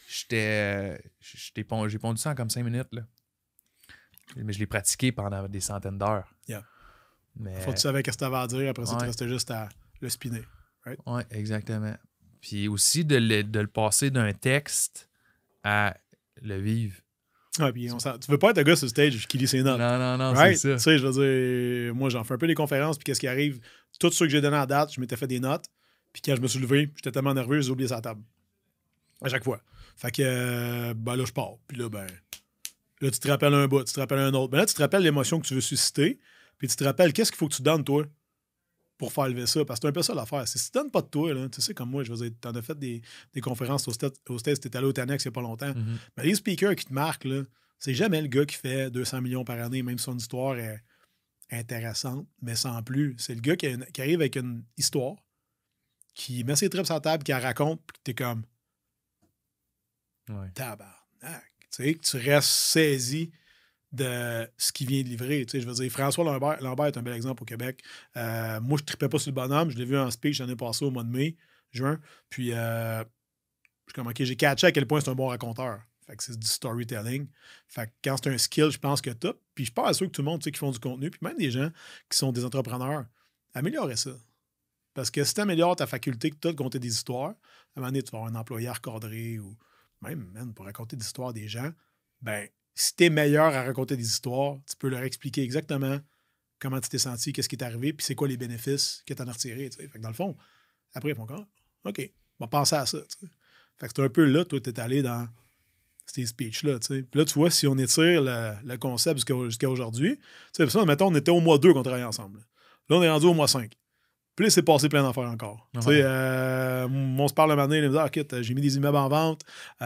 j'ai pondu ça en comme 5 minutes. Là. Mais je l'ai pratiqué pendant des centaines d'heures. Yeah. Mais... Faut que tu savais ce que tu avais à dire. Après ça, tu restais juste à le spinner. Right? Oui, exactement. Puis aussi de le passer d'un texte à le vivre. Ah, puis tu veux pas être le gars sur le stage qui lit ses notes. Non, right? c'est ça. Tu sais, je veux dire, moi, j'en fais un peu des conférences, puis qu'est-ce qui arrive? Tout ce que j'ai donné à date, je m'étais fait des notes, puis quand je me suis levé, j'étais tellement nerveux, j'ai oublié sa table. À chaque fois. Fait que, ben là, je pars. Puis là, là, tu te rappelles un bout, tu te rappelles un autre. Ben là, tu te rappelles l'émotion que tu veux susciter, puis tu te rappelles qu'est-ce qu'il faut que tu donnes, toi, pour faire lever ça. Parce que c'est un peu ça l'affaire. Si tu donnes pas de toi, là, tu sais, comme moi, je veux dire, t'en as fait des conférences au States, t'étais allé au Tanex il n'y a pas longtemps. Mm-hmm. Mais les speakers qui te marquent, là, c'est jamais le gars qui fait 200 millions par année, même si son histoire est intéressante, mais sans plus. C'est le gars qui arrive avec une histoire, qui met ses tripes sur la table, qui la raconte, puis que t'es comme tabarnak. Tu sais, que tu restes saisi de ce qu'il vient de livrer. Tu sais, je veux dire, François Lambert est un bel exemple au Québec. Moi, je ne tripais pas sur le bonhomme. Je l'ai vu en speech l'année passée au mois de mai, juin. Puis, je suis comme, OK, j'ai catché à quel point c'est un bon raconteur. Fait que c'est du storytelling. Fait que quand c'est un skill, je pense que t'as. Puis, je suis pas sûr que tout le monde, tu sais, qui font du contenu, puis même des gens qui sont des entrepreneurs, améliorer ça. Parce que si tu améliores ta faculté que tu as de compter des histoires, à un moment donné, tu vas avoir un employé recadré ou même, pour raconter des histoires des gens, ben si tu es meilleur à raconter des histoires, tu peux leur expliquer exactement comment tu t'es senti, qu'est-ce qui est arrivé, puis c'est quoi les bénéfices que tu en as retirés. Fait que dans le fond, après, ils font comme OK, on va penser à ça. T'sais. Fait que c'est un peu là, toi, tu es allé dans ces speeches-là. Puis là, tu vois, si on étire le concept jusqu'à aujourd'hui, mettons, on était au mois 2 qu'on travaillait ensemble. Là, on est rendu au mois 5. Puis là, c'est passé plein d'affaires encore. Ouais. On se parle un moment donné, il me dit j'ai mis des immeubles en vente.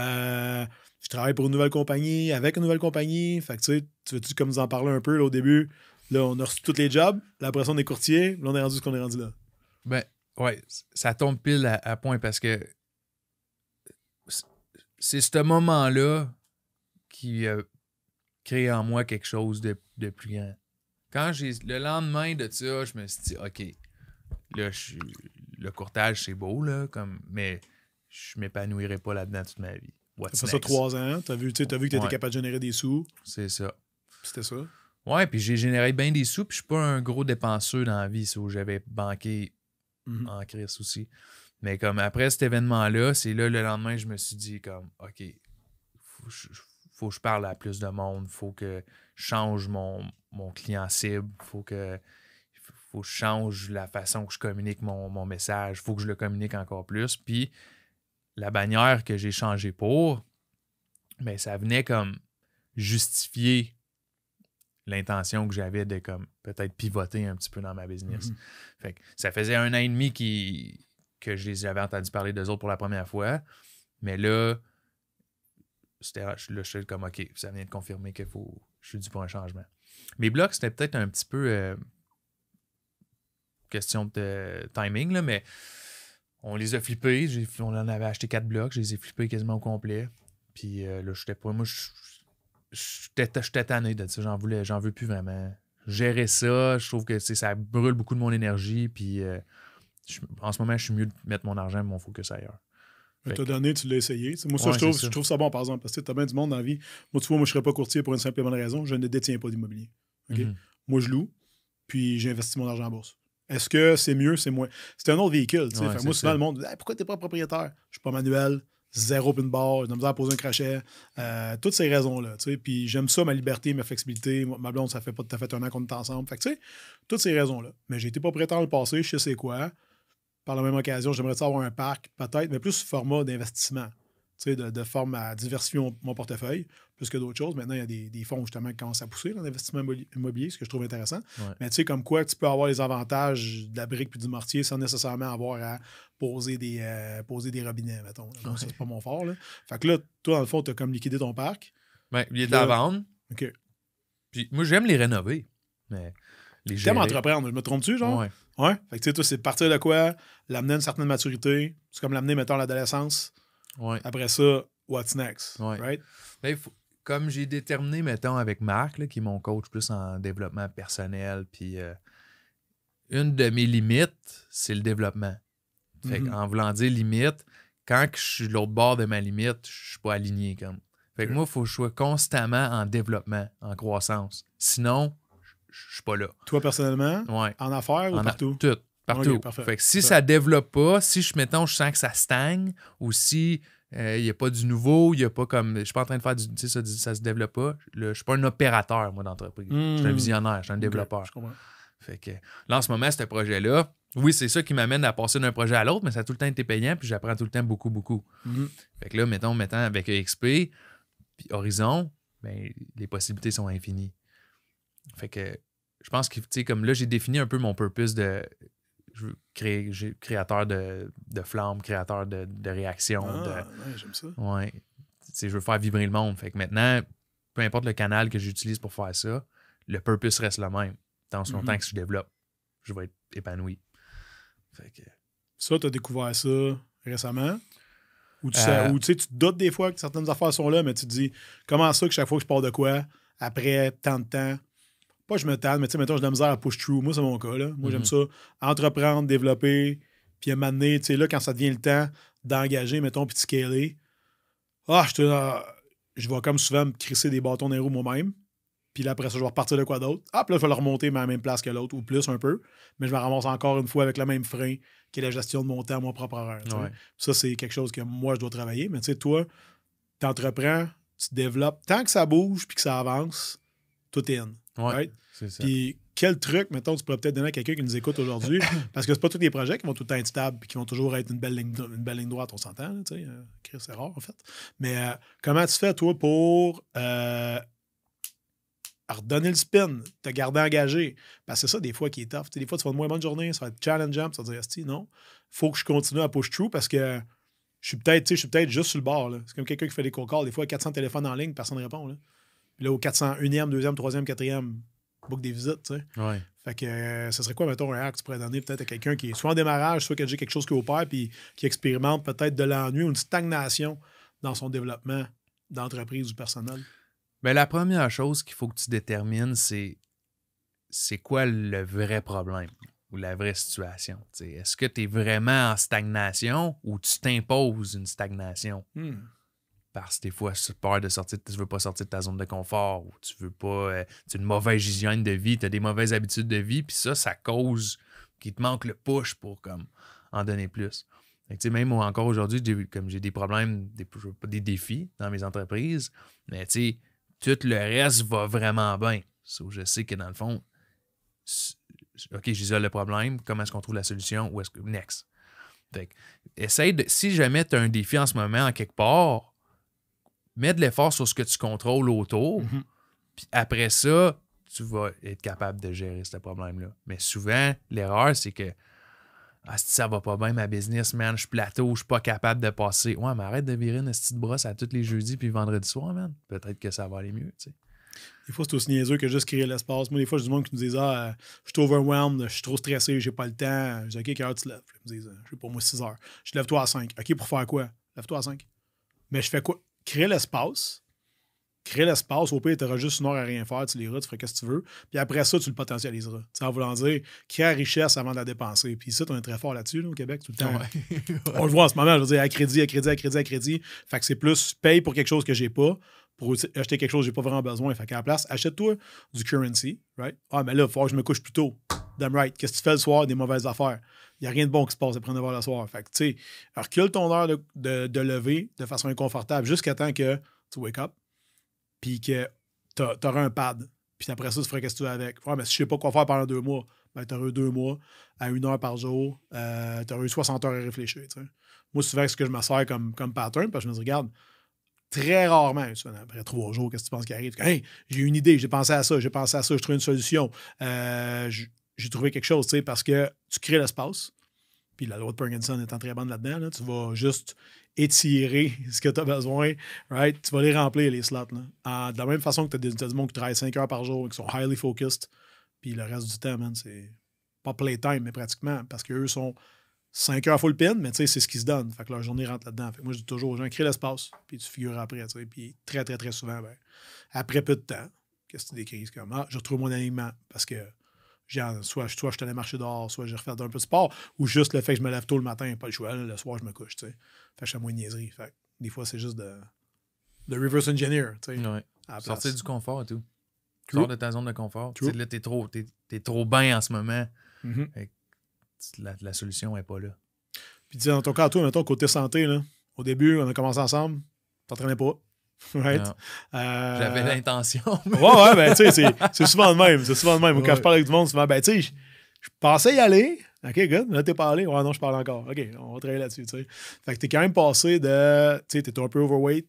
Je travaille pour une nouvelle compagnie, avec une nouvelle compagnie. Fait que tu veux-tu comme nous en parler un peu là, au début? Là, on a reçu tous les jobs. Là, après ça, on est courtier. Là, on est rendu ce qu'on est rendu là. Ben, ouais, ça tombe pile à point parce que c'est ce moment-là qui a créé en moi quelque chose de plus grand. Quand le lendemain de ça, je me suis dit, OK, là, le courtage, c'est beau, là, mais je m'épanouirais pas là-dedans toute ma vie. Ça fait ça 3 ans. T'as vu que tu étais capable de générer des sous. C'est ça. C'était ça. Ouais, puis j'ai généré bien des sous, puis je suis pas un gros dépenseur dans la vie, où j'avais banqué en crise aussi. Mais comme après cet événement-là, c'est là, le lendemain, je me suis dit comme, OK, faut que je parle à plus de monde, faut que je change mon client cible, faut que faut que je change la façon que je communique mon message. Il faut que je le communique encore plus. Puis la bannière que j'ai changée pour, ben, ça venait comme justifier l'intention que j'avais de comme peut-être pivoter un petit peu dans ma business. Fait que ça faisait 1 an et demi que je les avais entendu parler d'eux autres pour la première fois. Mais là, je suis comme OK, ça vient de confirmer que je suis dû pour un changement. Mes blocs, c'était peut-être un petit peu question de timing, là, mais on les a flippés. On en avait acheté 4 blocs. Je les ai flippés quasiment au complet. Puis là, j'étais tanné de ça. J'en veux plus vraiment. Gérer ça, je trouve que ça brûle beaucoup de mon énergie. Puis en ce moment, je suis mieux de mettre mon argent et mon focus ailleurs. T'as donné, tu l'as essayé. Moi, ça, je trouve ça bon, par exemple, parce que tu as bien du monde dans la vie. Moi, tu vois, moi, je ne serais pas courtier pour une simple et bonne raison. Je ne détiens pas d'immobilier. Okay? Moi, je loue, puis j'ai investi mon argent en bourse. Est-ce que c'est mieux, c'est moins? C'est un autre véhicule. Fait moi, souvent, le monde dit pourquoi tu n'es pas propriétaire? Je ne suis pas manuel, 0 pin bar, j'ai de la misère à poser un crachet. Toutes ces raisons-là. Puis j'aime ça, ma liberté, ma flexibilité. Ma blonde, ça fait pas tout à fait 1 an qu'on est ensemble. Fait que, toutes ces raisons-là. Mais j'ai été propriétaire dans le passé, je sais c'est quoi. Par la même occasion, j'aimerais avoir un parc, peut-être, mais plus sous format d'investissement. De forme à diversifier mon portefeuille, plus que d'autres choses. Maintenant, il y a des fonds, justement, qui commencent à pousser dans l'investissement immobilier, ce que je trouve intéressant. Ouais. Mais comme quoi, tu peux avoir les avantages de la brique puis du mortier sans nécessairement avoir à poser des robinets, mettons. Donc, ça, c'est pas mon fort. Là. Fait que là, toi, dans le fond, tu as comme liquidé ton parc. Ben, il est à vendre. OK. Puis moi, j'aime les rénover. Mais t'aimes entreprendre, je me trompe-tu, genre? Ouais. Fait que tu sais, toi, c'est de partir de quoi? L'amener à une certaine maturité. C'est comme l'amener, mettons, à l'adolescence. Ouais. Après ça, what's next? Ouais. Right? Ben, comme j'ai déterminé, mettons, avec Marc, là, qui est mon coach plus en développement personnel, puis une de mes limites, c'est le développement. Fait en voulant dire limite, quand je suis de l'autre bord de ma limite, je suis pas aligné. Comme. Fait que moi, il faut que je sois constamment en développement, en croissance. Sinon, je suis pas là. Toi, personnellement? Ouais. En affaires ou partout? Tout. Partout. Okay, fait que si ça ne développe pas, si je sens que ça stagne, ou si il n'y a pas du nouveau, il n'y a pas comme. Je suis pas en train de faire du. Tu sais, ça se développe pas. Je suis pas un opérateur, moi, d'entreprise. Je suis un visionnaire, je suis un développeur. Je comprends. Fait que là, en ce moment, ce projet-là, oui, c'est ça qui m'amène à passer d'un projet à l'autre, mais ça a tout le temps été payant, puis j'apprends tout le temps beaucoup, beaucoup. Fait que là, mettons avec EXP, puis Horizon, ben, les possibilités sont infinies. Fait que je pense que, tu sais, comme là, j'ai défini un peu mon purpose de. Je veux créateur de flammes, créateur de réactions. Ouais, j'aime ça. Ouais. Je veux faire vibrer le monde. Fait que maintenant, peu importe le canal que j'utilise pour faire ça, le purpose reste le même. Tant ce longtemps que je développe, je vais être épanoui. Fait que... Ça, tu as découvert ça récemment? Ou tu te doutes des fois que certaines affaires sont là, mais tu te dis comment ça que chaque fois que je pars de quoi, après tant de temps, pas je me tanne, mais tu sais, mettons, j'ai de la misère à push through. Moi, c'est mon cas. Là. Moi, j'aime ça. Entreprendre, développer, puis à un moment donné, tu sais, là, quand ça devient le temps d'engager, mettons, puis de scaler, je vais comme souvent me crisser des bâtons dans les roues moi-même. Puis là, après ça, je vais repartir de quoi d'autre. Puis là, je vais le remonter mais à la même place que l'autre, ou plus un peu. Mais je me ramasse encore une fois avec le même frein qui est la gestion de mon temps, mon propre horaire. Ouais. Ça, c'est quelque chose que moi, je dois travailler. Mais tu sais, toi, tu entreprends, tu te développes. Tant que ça bouge puis que ça avance, tout est in. Ouais, right? c'est ça. Puis quel truc, mettons, tu pourrais peut-être donner à quelqu'un qui nous écoute aujourd'hui, parce que c'est pas tous les projets qui vont tout le temps être stables et qui vont toujours être une belle ligne droite, on s'entend, tu sais, c'est rare, en fait. Mais comment tu fais, toi, pour redonner le spin, te garder engagé? Parce que c'est ça, des fois, qui est tough. T'sais, des fois, tu vas de moins bonne journée, ça va être challengeant, tu vas te dire, Asti, non, faut que je continue à push through parce que je suis peut-être juste sur le bord. Là. C'est comme quelqu'un qui fait des cold calls, des fois, 400 téléphones en ligne, personne ne répond. Là. Puis là, au 401e, 2e, 3e, 4e, book des visites, tu sais. Ouais. Fait que ce serait quoi, mettons, un hack que tu pourrais donner peut-être à quelqu'un qui est soit en démarrage, soit qui a déjà quelque chose qui opère, puis qui expérimente peut-être de l'ennui ou une stagnation dans son développement d'entreprise ou personnel? Bien, la première chose qu'il faut que tu détermines, c'est quoi le vrai problème ou la vraie situation. T'sais. Est-ce que tu es vraiment en stagnation ou tu t'imposes une stagnation? Parce que des fois, tu as peur de sortir, tu veux pas sortir de ta zone de confort ou tu veux pas. Tu as une mauvaise hygiène de vie, tu as des mauvaises habitudes de vie, puis ça cause qu'il te manque le push pour comme, en donner plus. Fait que, même encore aujourd'hui, comme j'ai des problèmes, des défis dans mes entreprises, mais tout le reste va vraiment bien. So, je sais que dans le fond, OK, j'isole le problème. Comment est-ce qu'on trouve la solution? Ou est-ce que. Next. Fait que, essaye de. Si jamais tu as un défi en ce moment, en quelque part, mets de l'effort sur ce que tu contrôles autour. Mhm. Puis après ça, tu vas être capable de gérer ce problème-là. Mais souvent, l'erreur, c'est que si ça va pas bien, ma business, man, je suis plateau, je suis pas capable de passer. Ouais, mais arrête de virer une petite brosse à tous les jeudis puis vendredi soir, man. Peut-être que ça va aller mieux, tu sais. Des fois, c'est aussi niaiseux que juste créer l'espace. Moi, des fois, j'ai du monde qui me disent je suis overwhelmed, je suis trop stressé, j'ai pas le temps. Je dis OK, quelle heure tu te lèves? Ils me disent je sais pas, moi, 6 heures. Je te lève-toi à 5. OK, pour faire quoi? Lève-toi à 5. Mais je fais quoi? Créer l'espace. Créer l'espace, au pire, tu auras juste une heure à rien faire, tu l'iras, tu feras ce que tu veux. Puis après ça, tu le potentialiseras. Tu sais, en voulant dire, créer la richesse avant de la dépenser. Puis ça, on est très fort là-dessus, là, au Québec, tout le temps. Ouais. On le voit en ce moment, je veux dire, à crédit. Fait que c'est plus paye pour quelque chose que j'ai pas, pour acheter quelque chose que j'ai pas vraiment besoin. Fait qu'à la place, achète-toi du currency, right? Ah, mais là, il faut que je me couche plus tôt. Damn right. Qu'est-ce que tu fais le soir? Des mauvaises affaires. Il n'y a rien de bon qui se passe après 9 h le soir. Fait que, tu sais, recule ton heure de lever de façon inconfortable jusqu'à temps que tu wake up, puis que tu auras un pad. Puis après ça, tu feras qu'est-ce que tu veux avec. Ouais, mais si je sais pas quoi faire pendant 2 mois, ben, tu auras eu 2 mois à 1 heure par jour. Tu auras eu 60 heures à réfléchir. T'sais. Moi, souvent, ce que je me sers comme pattern, parce que je me dis, regarde, très rarement, après 3 jours, qu'est-ce que tu penses qui arrive? Hey, j'ai une idée, j'ai pensé à ça, j'ai trouvé une solution. J'ai trouvé quelque chose, parce que tu crées l'espace. Puis la loi de Parkinson étant très bonne là-dedans, là, tu vas juste étirer ce que tu as besoin, right? Tu vas les remplir, les slots. Là. De la même façon que tu as du monde qui travaille 5 heures par jour, qui sont highly focused, puis le reste du temps, man, c'est pas playtime, mais pratiquement, parce qu'eux sont 5 heures full pin, mais tu sais, c'est ce qu'ils se donnent. Fait que leur journée rentre là-dedans. Fait que moi, je dis toujours aux gens, crée l'espace, puis tu figures après, tu sais. Puis très, très, très souvent, ben, après peu de temps, qu'est-ce que tu décris? C'est comme, je retrouve mon alignement, parce que soit je suis allé marcher dehors, soit j'ai refait un peu de sport, ou juste le fait que je me lève tôt le matin, pas le choix, là, le soir, je me couche, tu sais. Fait que je fais moins de niaiserie. Fait que des fois, c'est juste de reverse engineer, tu sais. Ouais. Sortir du confort et tout. True. Sors de ta zone de confort. Là, t'es trop bien en ce moment. Mm-hmm. La solution n'est pas là. Puis dans ton cas, toi, mettons, côté santé, là, au début, on a commencé ensemble, t'entraînais pas. Right? J'avais l'intention. Ouais, ben, tu sais, c'est souvent le même. C'est souvent le même. Quand je parle avec du monde, souvent, ben, tu sais, je pensais y aller. OK, good. Là, t'es pas allé. Ouais, non, je parle encore. OK, on va travailler là-dessus, tu sais. Fait que t'es quand même passé de, tu sais, t'étais un peu overweight,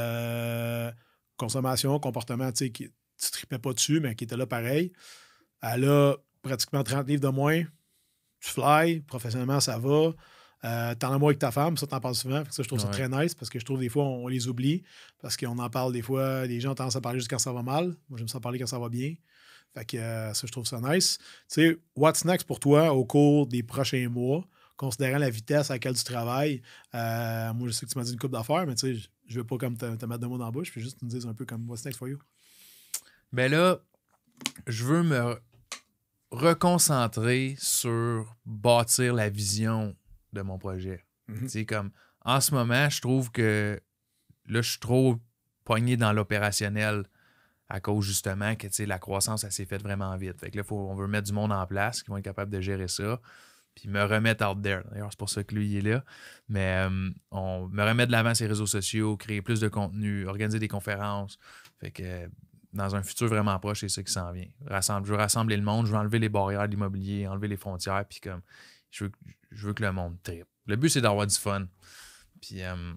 consommation, comportement, tu sais, qui tu tripais pas dessus, mais qui était là pareil. Elle a pratiquement 30 livres de moins. Tu fly, professionnellement, ça va. T'en as moins avec ta femme, ça t'en parles souvent. Fait que ça, je trouve ça très nice parce que je trouve des fois, on les oublie parce qu'on en parle des fois. Les gens ont tendance à parler juste quand ça va mal. Moi, j'aime ça parler quand ça va bien. Fait que ça, je trouve ça nice. Tu sais, what's next pour toi au cours des prochains mois, considérant la vitesse à laquelle tu travailles? Moi, je sais que tu m'as dit une couple d'affaires, mais tu sais, je veux pas comme te mettre de mots dans la bouche, puis juste me dire un peu comme what's next for you. Ben là, je veux me reconcentrer sur bâtir la vision de mon projet. Tu sais, comme en ce moment, je trouve que là, je suis trop pogné dans l'opérationnel à cause justement que la croissance, elle s'est faite vraiment vite. Fait que là, on veut mettre du monde en place qui vont être capables de gérer ça, puis me remettre out there. D'ailleurs, c'est pour ça que lui, il est là. Mais on me remet de l'avant ses réseaux sociaux, créer plus de contenu, organiser des conférences. Fait que dans un futur vraiment proche, c'est ça qui s'en vient. Je veux rassembler le monde, je veux enlever les barrières de l'immobilier, enlever les frontières, puis comme je veux que le monde trippe. Le but, c'est d'avoir du fun. Puis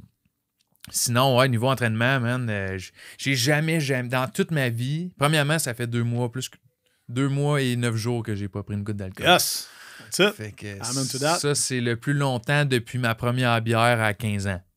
sinon, ouais, niveau entraînement, man, j'ai jamais, dans toute ma vie, premièrement, ça fait 2 mois, plus que 2 mois et 9 jours que j'ai pas pris une goutte d'alcool. Yes! That's it. Fait que Amen to that. ça, c'est le plus longtemps depuis ma première bière à 15 ans.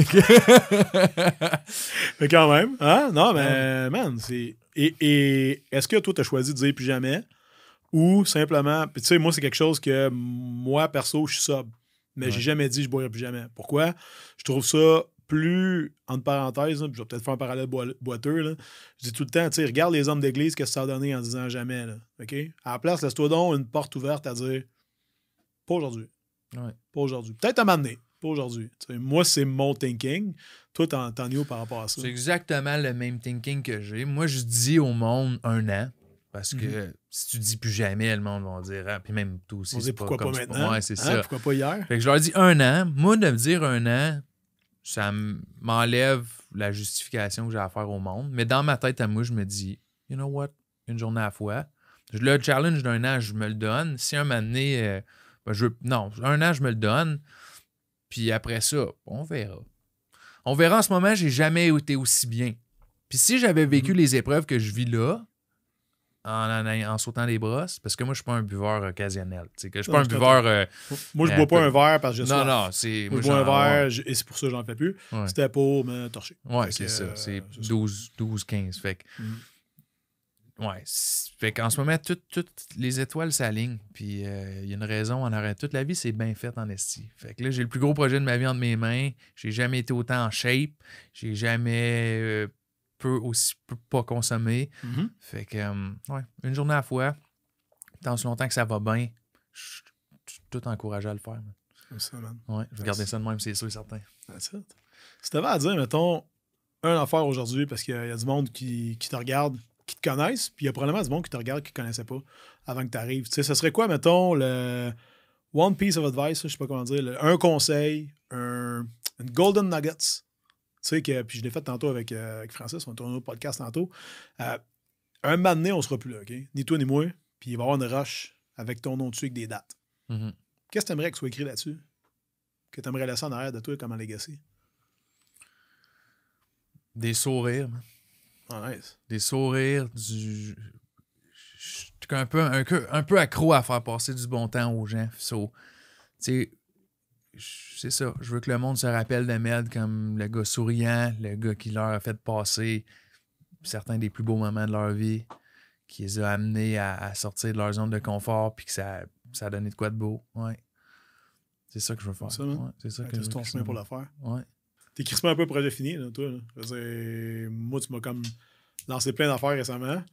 Mais quand même, hein? Non, mais man, c'est. Et est-ce que toi, tu as choisi de dire plus jamais? Ou simplement. Tu sais, moi, c'est quelque chose que moi, perso, je suis sobre. Mais j'ai jamais dit que je boirais plus jamais. Pourquoi? Je trouve ça plus, entre parenthèses, là, puis je vais peut-être faire un parallèle boiteux. Là. Je dis tout le temps, tu sais, regarde les hommes d'église, qu'est-ce que ça a donné en disant jamais. Là, OK? À la place, laisse-toi donc une porte ouverte à dire pas aujourd'hui. Ouais. Pas aujourd'hui. Peut-être à m'amener. Pas aujourd'hui. T'sais, moi, c'est mon thinking. Toi, t'en es où par rapport à ça? C'est exactement le même thinking que j'ai. Moi, je dis au monde 1 an. Parce que si tu dis plus jamais, le monde va dire, puis même toi aussi. On dit pourquoi pas maintenant? Ouais, c'est ça. Pourquoi pas hier? Fait que je leur dis 1 an. Moi, de me dire 1 an, ça m'enlève la justification que j'ai à faire au monde. Mais dans ma tête à moi, je me dis, you know what? Une journée à la fois. Le challenge d'un an, je me le donne. Si un moment donné, non, un an, je me le donne. Puis après ça, on verra. On verra. En ce moment, j'ai jamais été aussi bien. Puis si j'avais vécu les épreuves que je vis là, en sautant des brosses, parce que moi, je suis pas un buveur occasionnel. Je suis pas un buveur... moi, je bois pas un verre parce que j'ai soif. Non, c'est... Moi, je bois un verre et c'est pour ça que j'en fais plus. Ouais. C'était pour me torcher. Ouais, c'est ça. C'est 12-15. Fait que... Ouais. Fait qu'en ce moment, toutes les étoiles s'alignent. Puis il y a une raison en arrière. Toute la vie, c'est bien fait en esti. Fait que là, j'ai le plus gros projet de ma vie entre mes mains. J'ai jamais été autant en shape. J'ai jamais... aussi peu pas consommer. Fait que, ouais, une journée à la fois, tant si longtemps que ça va bien, je suis tout encouragé à le faire. C'est ça, man. Ouais, je vais garder ça de même, c'est sûr et certain. That's it. Si t'avais à dire, mettons, un affaire aujourd'hui, parce qu'il y a du monde qui te regarde, qui te connaissent, puis il y a probablement du monde qui te regarde qui ne connaissait pas avant que tu arrives. Tu sais, ce serait quoi, mettons, le one piece of advice, je sais pas comment dire, un conseil, une golden nuggets. Tu sais que, puis je l'ai fait tantôt avec Francis, on a tourné un podcast tantôt. Un moment donné, on sera plus là, OK? Ni toi ni moi. Puis il va y avoir une rush avec ton nom dessus avec des dates. Qu'est-ce que tu aimerais que soit écrit là-dessus? Que tu aimerais laisser en arrière de toi comme un legacy? Des sourires. Oh, nice. Des sourires, Je suis un peu accro à faire passer du bon temps aux gens. So, tu sais, c'est ça. Je veux que le monde se rappelle de Med comme le gars souriant, le gars qui leur a fait passer certains des plus beaux moments de leur vie, qui les a amenés à sortir de leur zone de confort puis que ça a donné de quoi de beau. Ouais. C'est ça que je veux faire. C'est ça que je veux ton chemin pour le faire. Ouais. T'es crispé un peu projet fini, là, toi. Là. Moi, tu m'as comme lancé plein d'affaires récemment.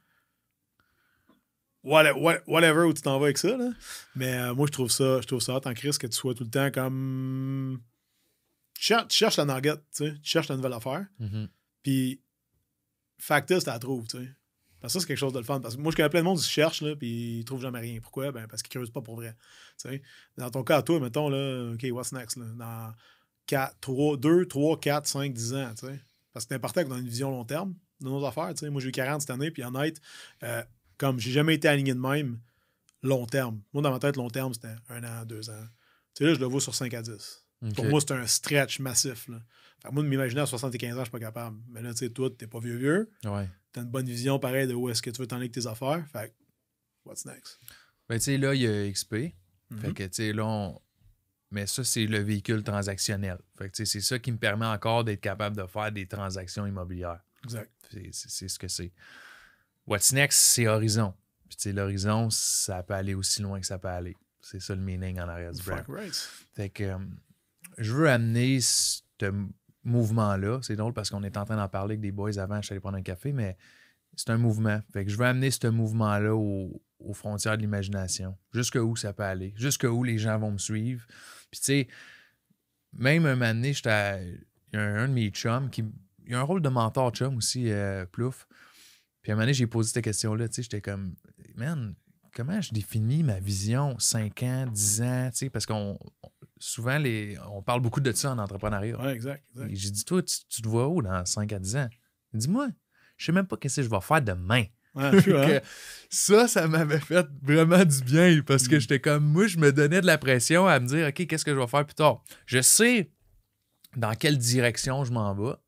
Whatever où tu t'en vas avec ça, là. Mais moi, je trouve ça en crise que tu sois tout le temps comme... Tu cherches la nugget, tu sais. Tu cherches la nouvelle affaire. Puis, factus, tu la trouves, tu sais. Parce que ça, c'est quelque chose de le fun. Parce que moi, je connais plein de monde qui se cherche, là, puis ils trouvent jamais rien. Pourquoi? Ben, parce qu'ils creusent pas pour vrai. Tu sais. Dans ton cas, à toi, mettons, là, OK, what's next, là? Dans 2, 3, 4, 5, 10 ans, tu sais. Parce que c'est important qu'on ait une vision long terme de nos affaires, tu sais. Moi, j'ai eu 40 cette année, puis honnête, comme j'ai jamais été aligné de même, long terme. Moi, dans ma tête, long terme, c'était 1 an, 2 ans. Tu sais, là, je le vois sur 5 à 10. Okay. Pour moi, c'est un stretch massif, là. Fait que moi, de m'imaginer à 75 ans, je suis pas capable. Mais là, tu sais, toi, t'es pas vieux. Ouais. T'as une bonne vision, pareil, de où est-ce que tu veux t'en aller avec tes affaires. Fait que, what's next? Ben, tu sais, là, il y a XP. Fait que, tu sais, là, mais ça, c'est le véhicule transactionnel. Fait que, tu sais, c'est ça qui me permet encore d'être capable de faire des transactions immobilières. Exact. C'est ce que c'est. What's next, c'est Horizon. Puis, tu sais, l'Horizon, ça peut aller aussi loin que ça peut aller. C'est ça le meaning en arrière du brand. Right. Fait que je veux amener ce mouvement-là. C'est drôle parce qu'on est en train d'en parler avec des boys avant, je suis allé prendre un café, mais c'est un mouvement. Fait que je veux amener ce mouvement-là aux frontières de l'imagination. Jusqu'où ça peut aller. Jusqu'où les gens vont me suivre. Puis, tu sais, même un moment donné, il y a un de mes chums qui... Il y a un rôle de mentor chum aussi, Plouf. Puis à un moment donné, j'ai posé cette question-là. Tu sais, j'étais comme, man, comment je définis ma vision 5 ans, 10 ans? Tu sais, parce qu'on... Souvent, on parle beaucoup de ça en entrepreneuriat. Oui, exact. Et j'ai dit, toi, tu te vois où dans 5 à 10 ans? Dis-moi, je sais même pas qu'est-ce que je vais faire demain. Ouais, ça m'avait fait vraiment du bien parce que j'étais comme, moi, je me donnais de la pression à me dire, OK, qu'est-ce que je vais faire plus tard? Je sais dans quelle direction je m'en vais.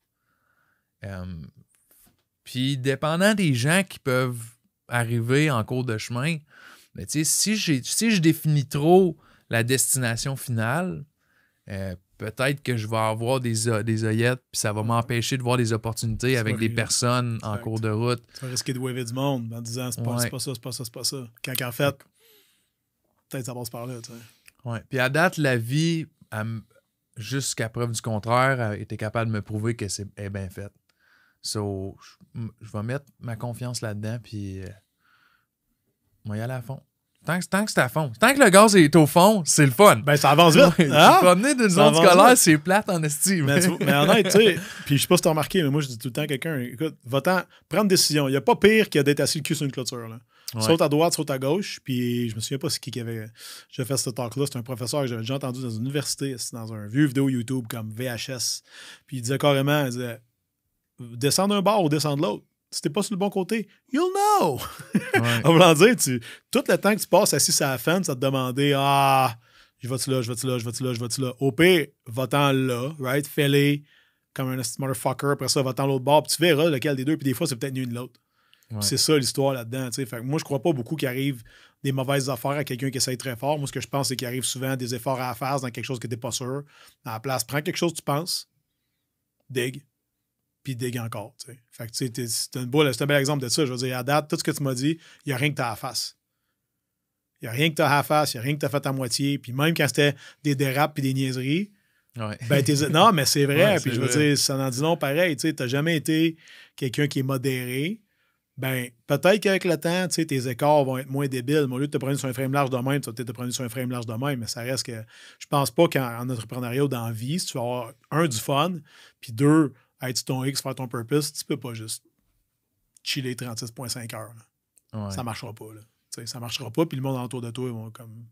Puis, dépendant des gens qui peuvent arriver en cours de chemin, mais tu sais, si je définis trop la destination finale, peut-être que je vais avoir des œillettes puis ça va m'empêcher de voir des opportunités avec des personnes en cours de route. Tu vas risquer de waver du monde en disant c'est pas ça. Quand en fait, peut-être ça passe par là. Tu sais. Ouais. Puis à date, la vie, jusqu'à preuve du contraire, a été capable de me prouver que c'est bien fait. So, je vais mettre ma confiance là-dedans puis je vais y aller à fond. Tant que c'est à fond. Tant que le gaz est au fond, c'est le fun. Ben, ça avance vite. Je suis promené d'une zone scolaire, c'est plate en estime. Mais honnête, tu sais, puis je sais pas si t'as remarqué, mais moi, je dis tout le temps à quelqu'un, écoute, va-t'en, prends une décision. Il n'y a pas pire que d'être assis le cul sur une clôture. Là. Ouais. Saute à droite, saute à gauche, puis je me souviens pas c'est qui avait... J'ai fait ce talk-là, c'est un professeur que j'avais déjà entendu dans une université, dans un vieux vidéo YouTube comme VHS. Puis il disait carrément, descendre d'un bord ou descendre de l'autre. Si t'es pas sur le bon côté, you'll know! Ouais. En voulant dire, tout le temps que tu passes assis sur la fence à te demander je vais-tu là, je vais-tu là, je vais-tu là, je vais-tu là. Au pire, va-t'en là, right? Fais-les comme un motherfucker. Après ça, va-t'en l'autre bord, puis tu verras lequel des deux. Puis des fois, c'est peut-être mieux de l'autre. Ouais. C'est ça l'histoire là-dedans. Fait que moi, je crois pas beaucoup qu'il arrive des mauvaises affaires à quelqu'un qui essaye très fort. Moi, ce que je pense, c'est qu'il arrive souvent des efforts à la face dans quelque chose que t'es pas sûr. À la place, prends quelque chose que tu penses, dig, puis dig encore. T'sais. Fait que c'est un bel exemple de ça. Je veux dire, à date, tout ce que tu m'as dit, il n'y a rien que tu as à la face. Il n'y a rien que tu as à la face, il n'y a rien que tu as fait à moitié. Puis même quand c'était des dérapes puis des niaiseries, Ouais. ben non, mais c'est vrai. Ouais, puis c'est je veux vrai. dire, ça en dit long pareil. Tu n'as jamais été quelqu'un qui est modéré. Ben, peut-être qu'avec le temps, tes écarts vont être moins débiles. Mais au lieu de te prendre sur un frame large de même, tu vas peut-être te prendre sur un frame large de même. Mais ça reste que je pense pas qu'en entrepreneuriat ou dans la vie, si tu vas avoir du fun, puis deux, être sur ton X, faire ton purpose, tu peux pas juste chiller 36,5 heures. Là. Ouais. Ça marchera pas. Là. Ça marchera pas, puis le monde autour de toi, ils vont comme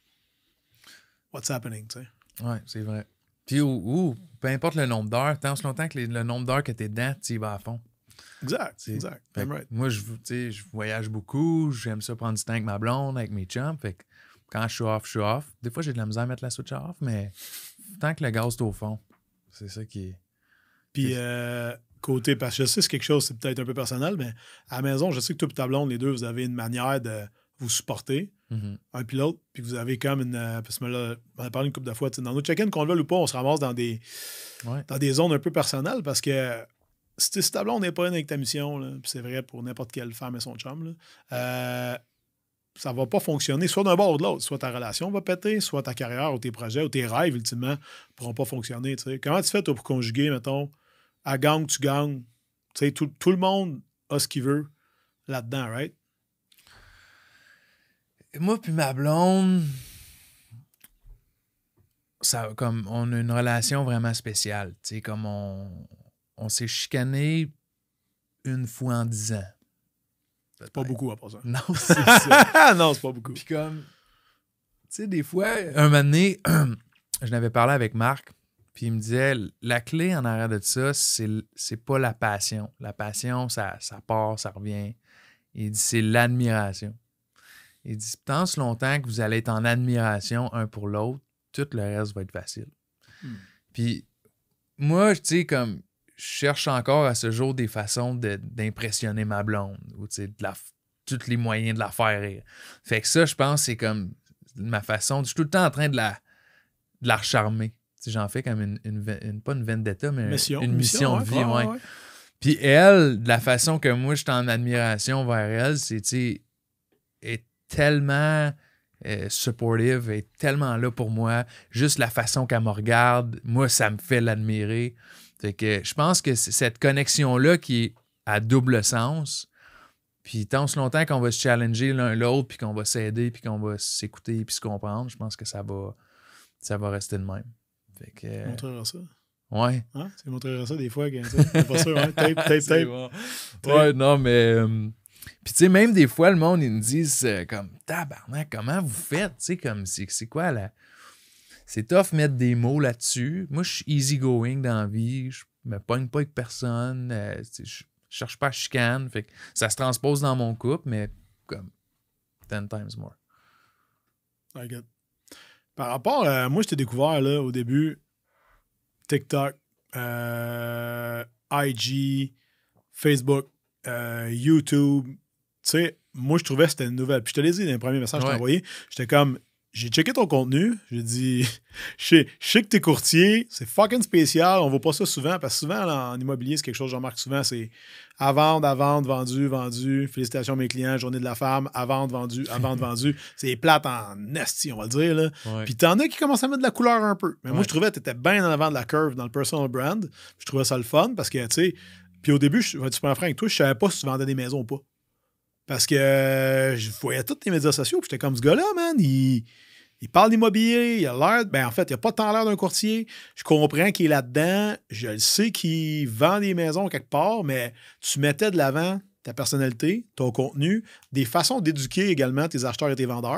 what's happening, tu sais. Ouais, c'est vrai. Puis, peu importe le nombre d'heures, tant aussi longtemps que le nombre d'heures que tu es dedans, tu y vas à fond. Exact. Fait Right. Moi, je voyage beaucoup, j'aime ça prendre du temps avec ma blonde, avec mes chums. Fait que quand je suis off, je suis off. Des fois, j'ai de la misère à mettre la switch off, mais tant que le gaz est au fond, c'est ça qui est. Puis, côté, parce que je sais que c'est quelque chose, c'est peut-être un peu personnel, mais à la maison, je sais que toi et ta blonde, les deux, vous avez une manière de vous supporter, un puis l'autre, puis vous avez comme une. Parce que là, on a parlé une couple de fois, dans nos check-in, qu'on le veuille ou pas, on se ramasse dans des zones un peu personnelles parce que si ta blonde n'est pas une avec ta mission, là, puis c'est vrai pour n'importe quelle femme et son chum, là, ça va pas fonctionner, soit d'un bord ou de l'autre. Soit ta relation va péter, soit ta carrière ou tes projets ou tes rêves, ultimement, pourront pas fonctionner. T'sais. Comment tu fais, toi, pour conjuguer, mettons, à gang, tu gagnes? Tout le monde a ce qu'il veut là-dedans, right? Moi puis ma blonde, ça, comme on a une relation vraiment spéciale. T'sais, comme on s'est chicané une fois en 10 ans. C'est pas beaucoup à part ça. Non, c'est ça. Non, c'est pas beaucoup. Puis comme, tu sais, des fois, un moment donné, je n'avais parlé avec Marc, puis il me disait, la clé en arrière de ça, c'est pas la passion. La passion, ça part, ça revient. Il dit, c'est l'admiration. Il dit, tant ce longtemps que vous allez être en admiration un pour l'autre, tout le reste va être facile. Puis moi, tu sais, comme, je cherche encore à ce jour des façons d'impressionner ma blonde ou tu sais, tous les moyens de la faire rire. Fait que ça, je pense, c'est comme ma façon. Je suis tout le temps en train de la recharmer. Tu sais, j'en fais comme pas une vendetta, mais une mission de vie. Ouais. Puis elle, de la façon que moi, je suis en admiration vers elle, c'est, tu sais, est tellement supportive, est tellement là pour moi. Juste la façon qu'elle me regarde, moi, ça me fait l'admirer. Fait que je pense que c'est cette connexion-là qui est à double sens. Puis tant aussi longtemps qu'on va se challenger l'un l'autre, puis qu'on va s'aider, puis qu'on va s'écouter, puis se comprendre, je pense que ça va rester de même. Fait que... Montreras ça. Ouais. Hein? Tu montreras ça des fois, c'est pas sûr, hein? Tape. Bon. Ouais, non, mais... Puis tu sais, même des fois, le monde, ils me disent comme « Tabarnak, comment vous faites? » Tu sais, comme, c'est quoi la... C'est tough mettre des mots là-dessus. Moi, je suis easy-going dans la vie. Je me pogne pas avec personne. Je cherche pas à chicane. Fait que ça se transpose dans mon couple, mais comme 10 times more. I get. Par rapport à... Moi, je t'ai découvert là, au début TikTok, IG, Facebook, YouTube. Tu sais, moi, je trouvais que c'était une nouvelle. Puis je te l'ai dit dans les premiers messages que je t'ai envoyés. J'étais comme... J'ai checké ton contenu, j'ai dit, je sais que t'es courtier, c'est fucking spécial, on voit pas ça souvent, parce que souvent, là, en immobilier, c'est quelque chose que je remarque souvent, c'est à vendre, vendu, félicitations à mes clients, journée de la femme, à vendre, vendu. C'est plate en esti, on va le dire, là. Ouais. Puis t'en as qui commencent à mettre de la couleur un peu. Mais moi, je trouvais que t'étais bien en avant de la curve dans le personal brand. Je trouvais ça le fun, parce que, tu sais, puis au début, je vais être super franc avec toi, je savais pas si tu vendais des maisons ou pas. Parce que je voyais tous tes médias sociaux, puis j'étais comme, ce gars-là, man, il parle d'immobilier, il a l'air... Ben en fait, il n'a pas tant l'air d'un courtier. Je comprends qu'il est là-dedans. Je le sais qu'il vend des maisons quelque part, mais tu mettais de l'avant ta personnalité, ton contenu, des façons d'éduquer également tes acheteurs et tes vendeurs.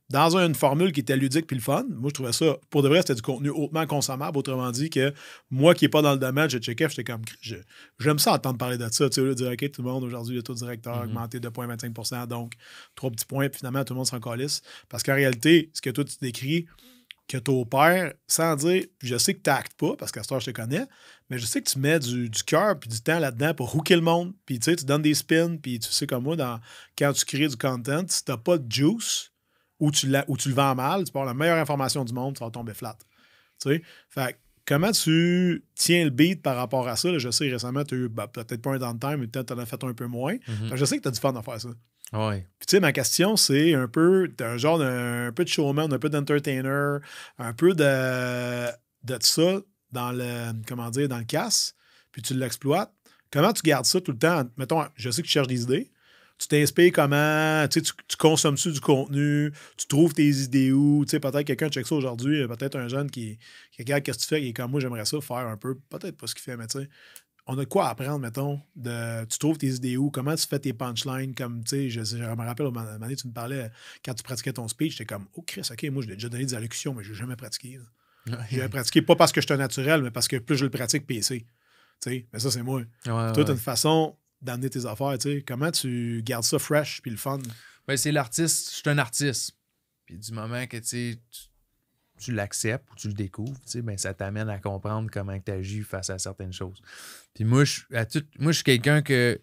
dans une formule qui était ludique puis le fun. Moi, je trouvais ça, pour de vrai, c'était du contenu hautement consommable. Autrement dit que moi qui n'ai pas dans le domaine, je checkais, j'étais comme, j'aime ça entendre parler de ça. Tu sais, là, dire, OK, tout le monde, aujourd'hui, le taux directeur augmenté de 0,25 donc 3 petits points, puis finalement, tout le monde s'en calisse. Parce qu'en réalité, ce que toi, tu décris, que tu opères, sans dire, puis je sais que tu n'actes pas, parce qu'à ce temps, je te connais, mais je sais que tu mets du cœur puis du temps là-dedans pour hooker le monde, puis tu sais, tu donnes des spins, puis tu sais comme moi, quand tu crées du content, si tu n'as pas de juice, ou tu le vends mal, tu peux avoir la meilleure information du monde, ça va tomber flat. Tu sais? Fait que, comment tu tiens le beat par rapport à ça? Là, je sais, récemment, tu as eu peut-être pas un downtime, mais peut-être tu en as fait un peu moins. Je sais que tu as du fun à faire ça. Ouais. Puis, tu sais, ma question, c'est un peu, t'as un peu de showman, un peu d'entertainer, un peu de ça dans le casse, puis tu l'exploites. Comment tu gardes ça tout le temps? Mettons, je sais que tu cherches des idées. Tu t'inspires comment? Tu consommes-tu du contenu? Tu trouves tes idées où? Tu sais, peut-être quelqu'un check ça aujourd'hui, peut-être un jeune qui regarde qu'est-ce que tu fais, qui est comme moi, j'aimerais ça faire un peu, peut-être pas ce qu'il fait, mais tu sais, on a de quoi apprendre, mettons, tu trouves tes idées où? Comment tu fais tes punchlines? Comme, tu sais, je me rappelle, au moment donné, tu me parlais, quand tu pratiquais ton speech, j'étais comme, oh Chris, OK, moi, je l'ai déjà donné des allocutions, mais je n'ai jamais pratiqué. J'ai jamais pratiqué, pas parce que je suis naturel, mais parce que plus je le pratique, PC. Tu sais, mais ça, c'est moi. Toi, tu as une façon d'amener tes affaires, tu sais. Comment tu gardes ça fresh puis le fun? Ben, c'est l'artiste. Je suis un artiste. Puis du moment que tu l'acceptes ou tu le découvres, ben, ça t'amène à comprendre comment tu agis face à certaines choses. Puis moi, je suis quelqu'un que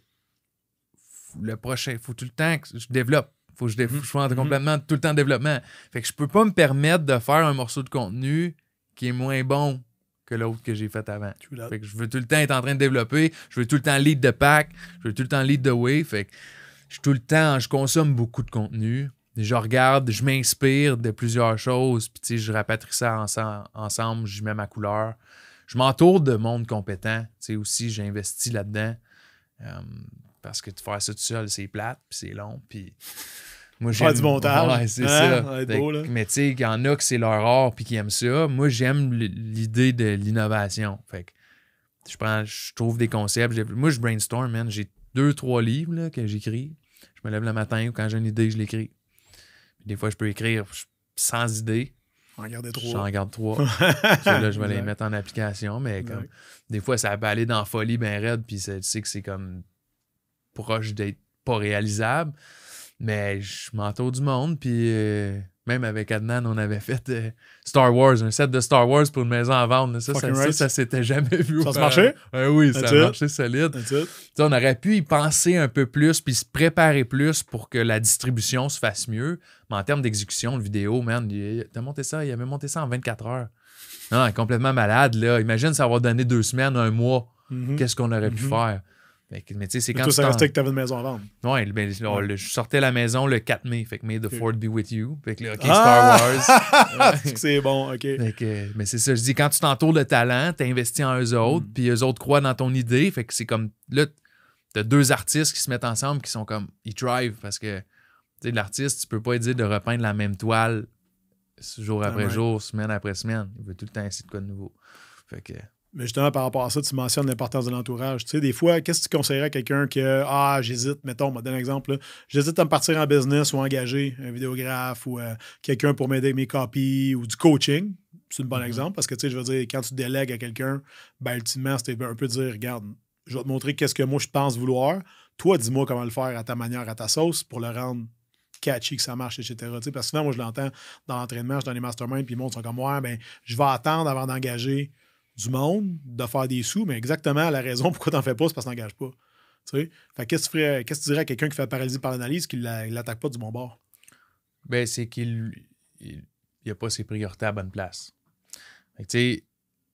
le prochain, il faut tout le temps que je développe. Faut que je sois complètement tout le temps en développement. Fait que je peux pas me permettre de faire un morceau de contenu qui est moins bon que l'autre que j'ai fait avant. Fait que je veux tout le temps être en train de développer, je veux tout le temps lead the pack, je veux tout le temps lead the way. Fait que je consomme beaucoup de contenu. Je regarde, je m'inspire de plusieurs choses, puis je rapatrie ça ensemble, je mets ma couleur. Je m'entoure de monde compétent. Aussi, j'investis là-dedans. Parce que de faire ça tout seul, c'est plate, puis c'est long, puis... Moi, faire du montage. Ouais, c'est ça. Beau, là. Mais tu sais, il y en a que c'est leur art puis qui aiment ça. Moi, j'aime l'idée de l'innovation. Fait que je trouve des concepts. Moi, je brainstorm, man. J'ai 2-3 livres là, que j'écris. Je me lève le matin ou quand j'ai une idée, je l'écris. Des fois, je peux écrire 100 idées. J'en garde 3. J'en garde 3. Là, je vais les mettre en application. Mais comme des fois, ça peut aller dans la folie bien raide. Puis tu sais que c'est comme proche d'être pas réalisable. Mais je m'entoure du monde, puis même avec Adnan, on avait fait Star Wars, un set de Star Wars pour une maison à vendre. Ça s'était jamais vu. Ça se marchait? Oui, ça a marché solide. On aurait pu y penser un peu plus, puis se préparer plus pour que la distribution se fasse mieux. Mais en termes d'exécution, de vidéo, man, il avait monté ça en 24 heures. Non, complètement malade, là. Imagine ça avoir donné 2 semaines, 1 mois. Qu'est-ce qu'on aurait pu faire? Mais tu sais, c'est quand toi, ça restait que tu avais une maison à vendre. Oui, je sortais la maison le 4 mai. Fait que May the 4th be with you. Fait que là, OK, Star Wars. C'est bon, OK. Fait que, mais c'est ça, je dis, quand tu t'entoures de talent, tu investis en eux autres, puis eux autres croient dans ton idée. Fait que c'est comme, là, t'as 2 artistes qui se mettent ensemble qui sont comme, ils drive parce que, tu sais, l'artiste, tu peux pas dire de repeindre la même toile jour après jour, semaine après semaine. Il veut tout le temps essayer de quoi de nouveau. Fait que... Mais justement, par rapport à ça, tu mentionnes l'importance de l'entourage. Tu sais, des fois, qu'est-ce que tu conseillerais à quelqu'un que, j'hésite, mettons, on m'a donné un exemple, là, j'hésite à me partir en business ou engager un vidéographe ou quelqu'un pour m'aider avec mes copies ou du coaching. C'est un bon exemple parce que, tu sais, je veux dire, quand tu délègues à quelqu'un, ben, ultimement, c'était un peu de dire, regarde, je vais te montrer qu'est-ce que moi, je pense vouloir. Toi, dis-moi comment le faire à ta manière, à ta sauce pour le rendre catchy, que ça marche, etc. Tu sais, parce que souvent, moi, je l'entends dans l'entraînement, je suis dans les masterminds, puis les mondes sont comme, je vais attendre avant d'engager du monde, de faire des sous, mais exactement la raison pourquoi tu n'en fais pas, c'est parce que tu n'engages pas. Tu sais? Fait qu'est-ce que tu dirais à quelqu'un qui fait paralyser par l'analyse qu'il ne l'attaque pas du bon bord? Ben, c'est qu'il n'a pas ses priorités à la bonne place. Fait que, tu sais,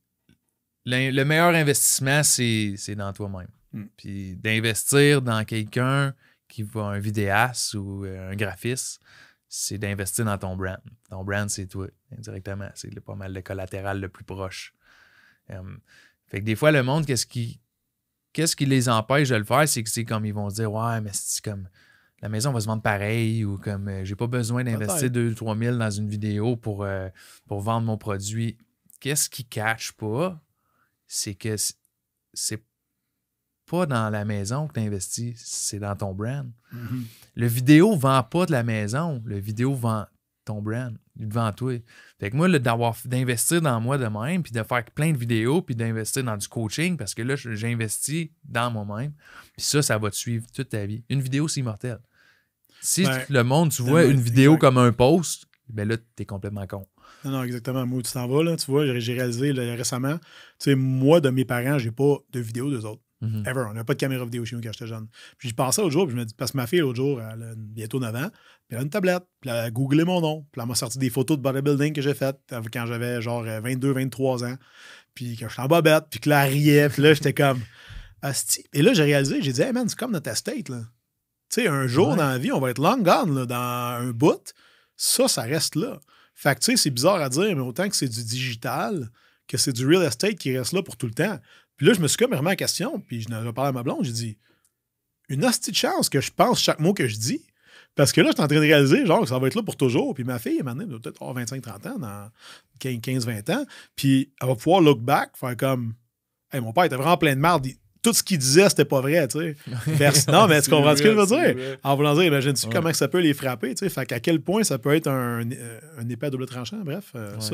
le meilleur investissement, c'est dans toi-même. Puis d'investir dans quelqu'un qui va un vidéaste ou un graphiste, c'est d'investir dans ton brand. Ton brand, c'est toi, indirectement. C'est pas mal le collatéral le plus proche. Fait que des fois, le monde, qu'est-ce qui les empêche de le faire, c'est que c'est comme ils vont se dire, ouais, mais c'est comme la maison va se vendre pareil ou comme j'ai pas besoin d'investir 2-3 000 dans une vidéo pour vendre mon produit. Qu'est-ce qui cache pas, c'est que c'est pas dans la maison que tu investis, c'est dans ton brand. Le vidéo vend pas de la maison, le vidéo vend ton brand devant toi. Fait que moi, d'investir dans moi de même, puis de faire plein de vidéos, puis d'investir dans du coaching, parce que là, j'investis dans moi-même. Puis ça va te suivre toute ta vie. Une vidéo, c'est immortel. Si le monde, tu vois une vidéo comme un post, ben là, t'es complètement con. Non, exactement. Moi, tu t'en vas, là, tu vois, j'ai réalisé là, récemment, tu sais, moi, de mes parents, j'ai pas de vidéo d'eux autres. Ever. On n'a pas de caméra vidéo chez nous quand j'étais jeune. Puis j'y pensais l'autre jour, puis je me dis, parce que ma fille, l'autre jour, elle a bientôt 9 ans, puis elle a une tablette, puis elle a googlé mon nom, puis elle m'a sorti des photos de bodybuilding que j'ai faites quand j'avais genre 22, 23 ans, puis quand j'étais en bobette, puis que là, elle riait, puis là, j'étais comme, asti. Et là, j'ai réalisé, j'ai dit, hey man, c'est comme notre estate, là. Tu sais, un jour dans la vie, on va être long gone, là, dans un bout. Ça reste là. Fait que, tu sais, c'est bizarre à dire, mais autant que c'est du digital, que c'est du real estate qui reste là pour tout le temps. Puis là, je me suis comme remis en question, puis je n'avais parlé à ma blonde, j'ai dit, une hostie de chance que je pense chaque mot que je dis, parce que là, je suis en train de réaliser, genre, que ça va être là pour toujours. Puis ma fille, maintenant, elle doit peut-être avoir 25-30 ans, dans 15-20 ans, puis elle va pouvoir look back, faire comme, hey, mon père était vraiment plein de merde. Tout ce qu'il disait, c'était pas vrai, tu sais. Non, mais tu comprends ce que je veux dire? En voulant dire, imagine-tu comment ça peut les frapper, tu sais. Fait qu'à quel point ça peut être un épée à double tranchant, bref, ça,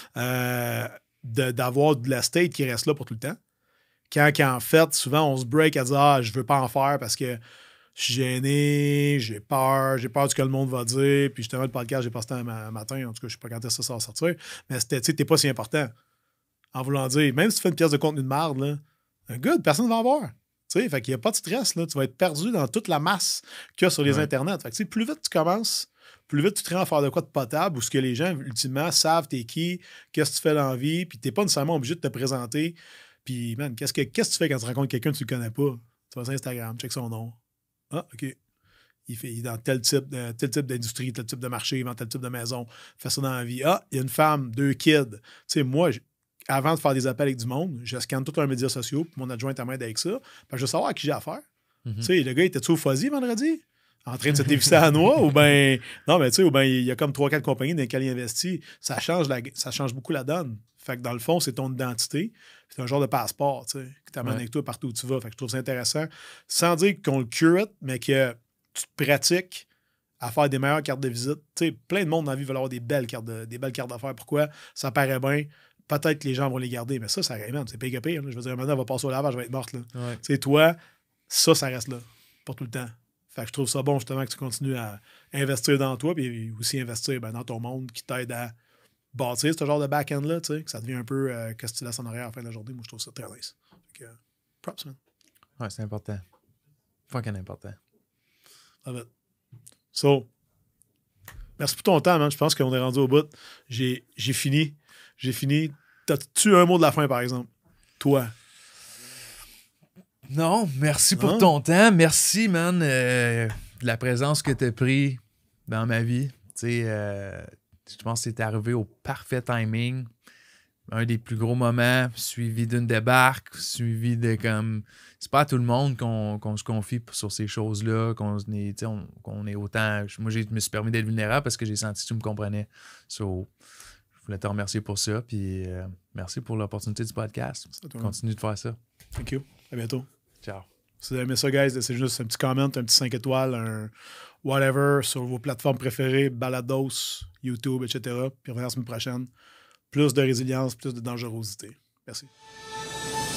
là. D'avoir de la state qui reste là pour tout le temps. Quand en fait, souvent, on se break à dire, ah, je veux pas en faire parce que je suis gêné, j'ai peur de ce que le monde va dire. Puis justement, le podcast, j'ai passé un matin, en tout cas, je sais pas quand est-ce que ça va sortir. Mais c'était, tu sais, t'es pas si important. En voulant dire, même si tu fais une pièce de contenu de merde, là, good, personne ne va en voir. Tu sais, fait qu'il n'y a pas de stress, là. Tu vas être perdu dans toute la masse qu'il y a sur les internets. Fait que, tu sais, plus vite tu commences, plus vite tu te rends à faire de quoi de potable ou ce que les gens, ultimement, savent t'es qui, qu'est-ce que tu fais dans la vie, puis t'es pas nécessairement obligé de te présenter. Puis, man, qu'est-ce que tu fais quand tu rencontres quelqu'un que tu ne connais pas? Tu vas sur Instagram, check son nom. Ah, OK. Il est dans tel type d'industrie, tel type de marché, il vend tel type de maison, fait ça dans la vie. Ah, il y a une femme, 2 kids. Tu sais, moi, avant de faire des appels avec du monde, je scanne tous leurs médias sociaux, puis mon adjoint m'aide avec ça. Parce que je veux savoir à qui j'ai affaire. Tu sais, le gars, il était-tu au fuzzy vendredi? En train de se dévisser à la noix? Ou bien, non, mais tu sais, ou bien, il y a comme 3-4 compagnies dans lesquelles il investit. Ça change beaucoup la donne. Fait que dans le fond, c'est ton identité. C'est un genre de passeport, tu sais, qui t'amène avec toi partout où tu vas. Fait que je trouve ça intéressant. Sans dire qu'on le curate, mais que tu te pratiques à faire des meilleures cartes de visite. Tu sais, plein de monde dans la vie veut avoir des belles cartes d'affaires. Pourquoi? Ça paraît bien. Peut-être que les gens vont les garder, mais ça reste, c'est pire que pire. Je veux dire, maintenant, elle va passer au lavage, je vais être morte. Tu sais, toi, ça reste là, pour tout le temps. Fait que je trouve ça bon, justement, que tu continues à investir dans toi, puis aussi investir dans ton monde qui t'aide à bâtir ce genre de back-end-là, tu sais, que ça devient un peu qu'est-ce que tu laisses en arrière à la fin de la journée. Moi, je trouve ça très nice. Fait que, props, man. Ouais, c'est important. Fucking important. Love it. So, merci pour ton temps, man. Je pense qu'on est rendu au bout. J'ai fini. T'as-tu un mot de la fin, par exemple? Toi. Non, merci pour ton temps. Merci, man, de la présence que tu as pris dans ma vie. Tu sais, je pense que c'est arrivé au parfait timing. Un des plus gros moments, suivi d'une débarque, suivi de comme... C'est pas à tout le monde qu'on se confie sur ces choses-là, qu'on est autant... Moi, je me suis permis d'être vulnérable parce que j'ai senti que tu me comprenais. So, je voulais te remercier pour ça, puis merci pour l'opportunité du podcast. Continue de faire ça. Thank you. À bientôt. Ciao. Si vous aimez ça, guys, c'est juste un petit comment, un petit 5 étoiles, un whatever sur vos plateformes préférées, Balados, YouTube, etc. Puis on revient la semaine prochaine. Plus de résilience, plus de dangerosité. Merci.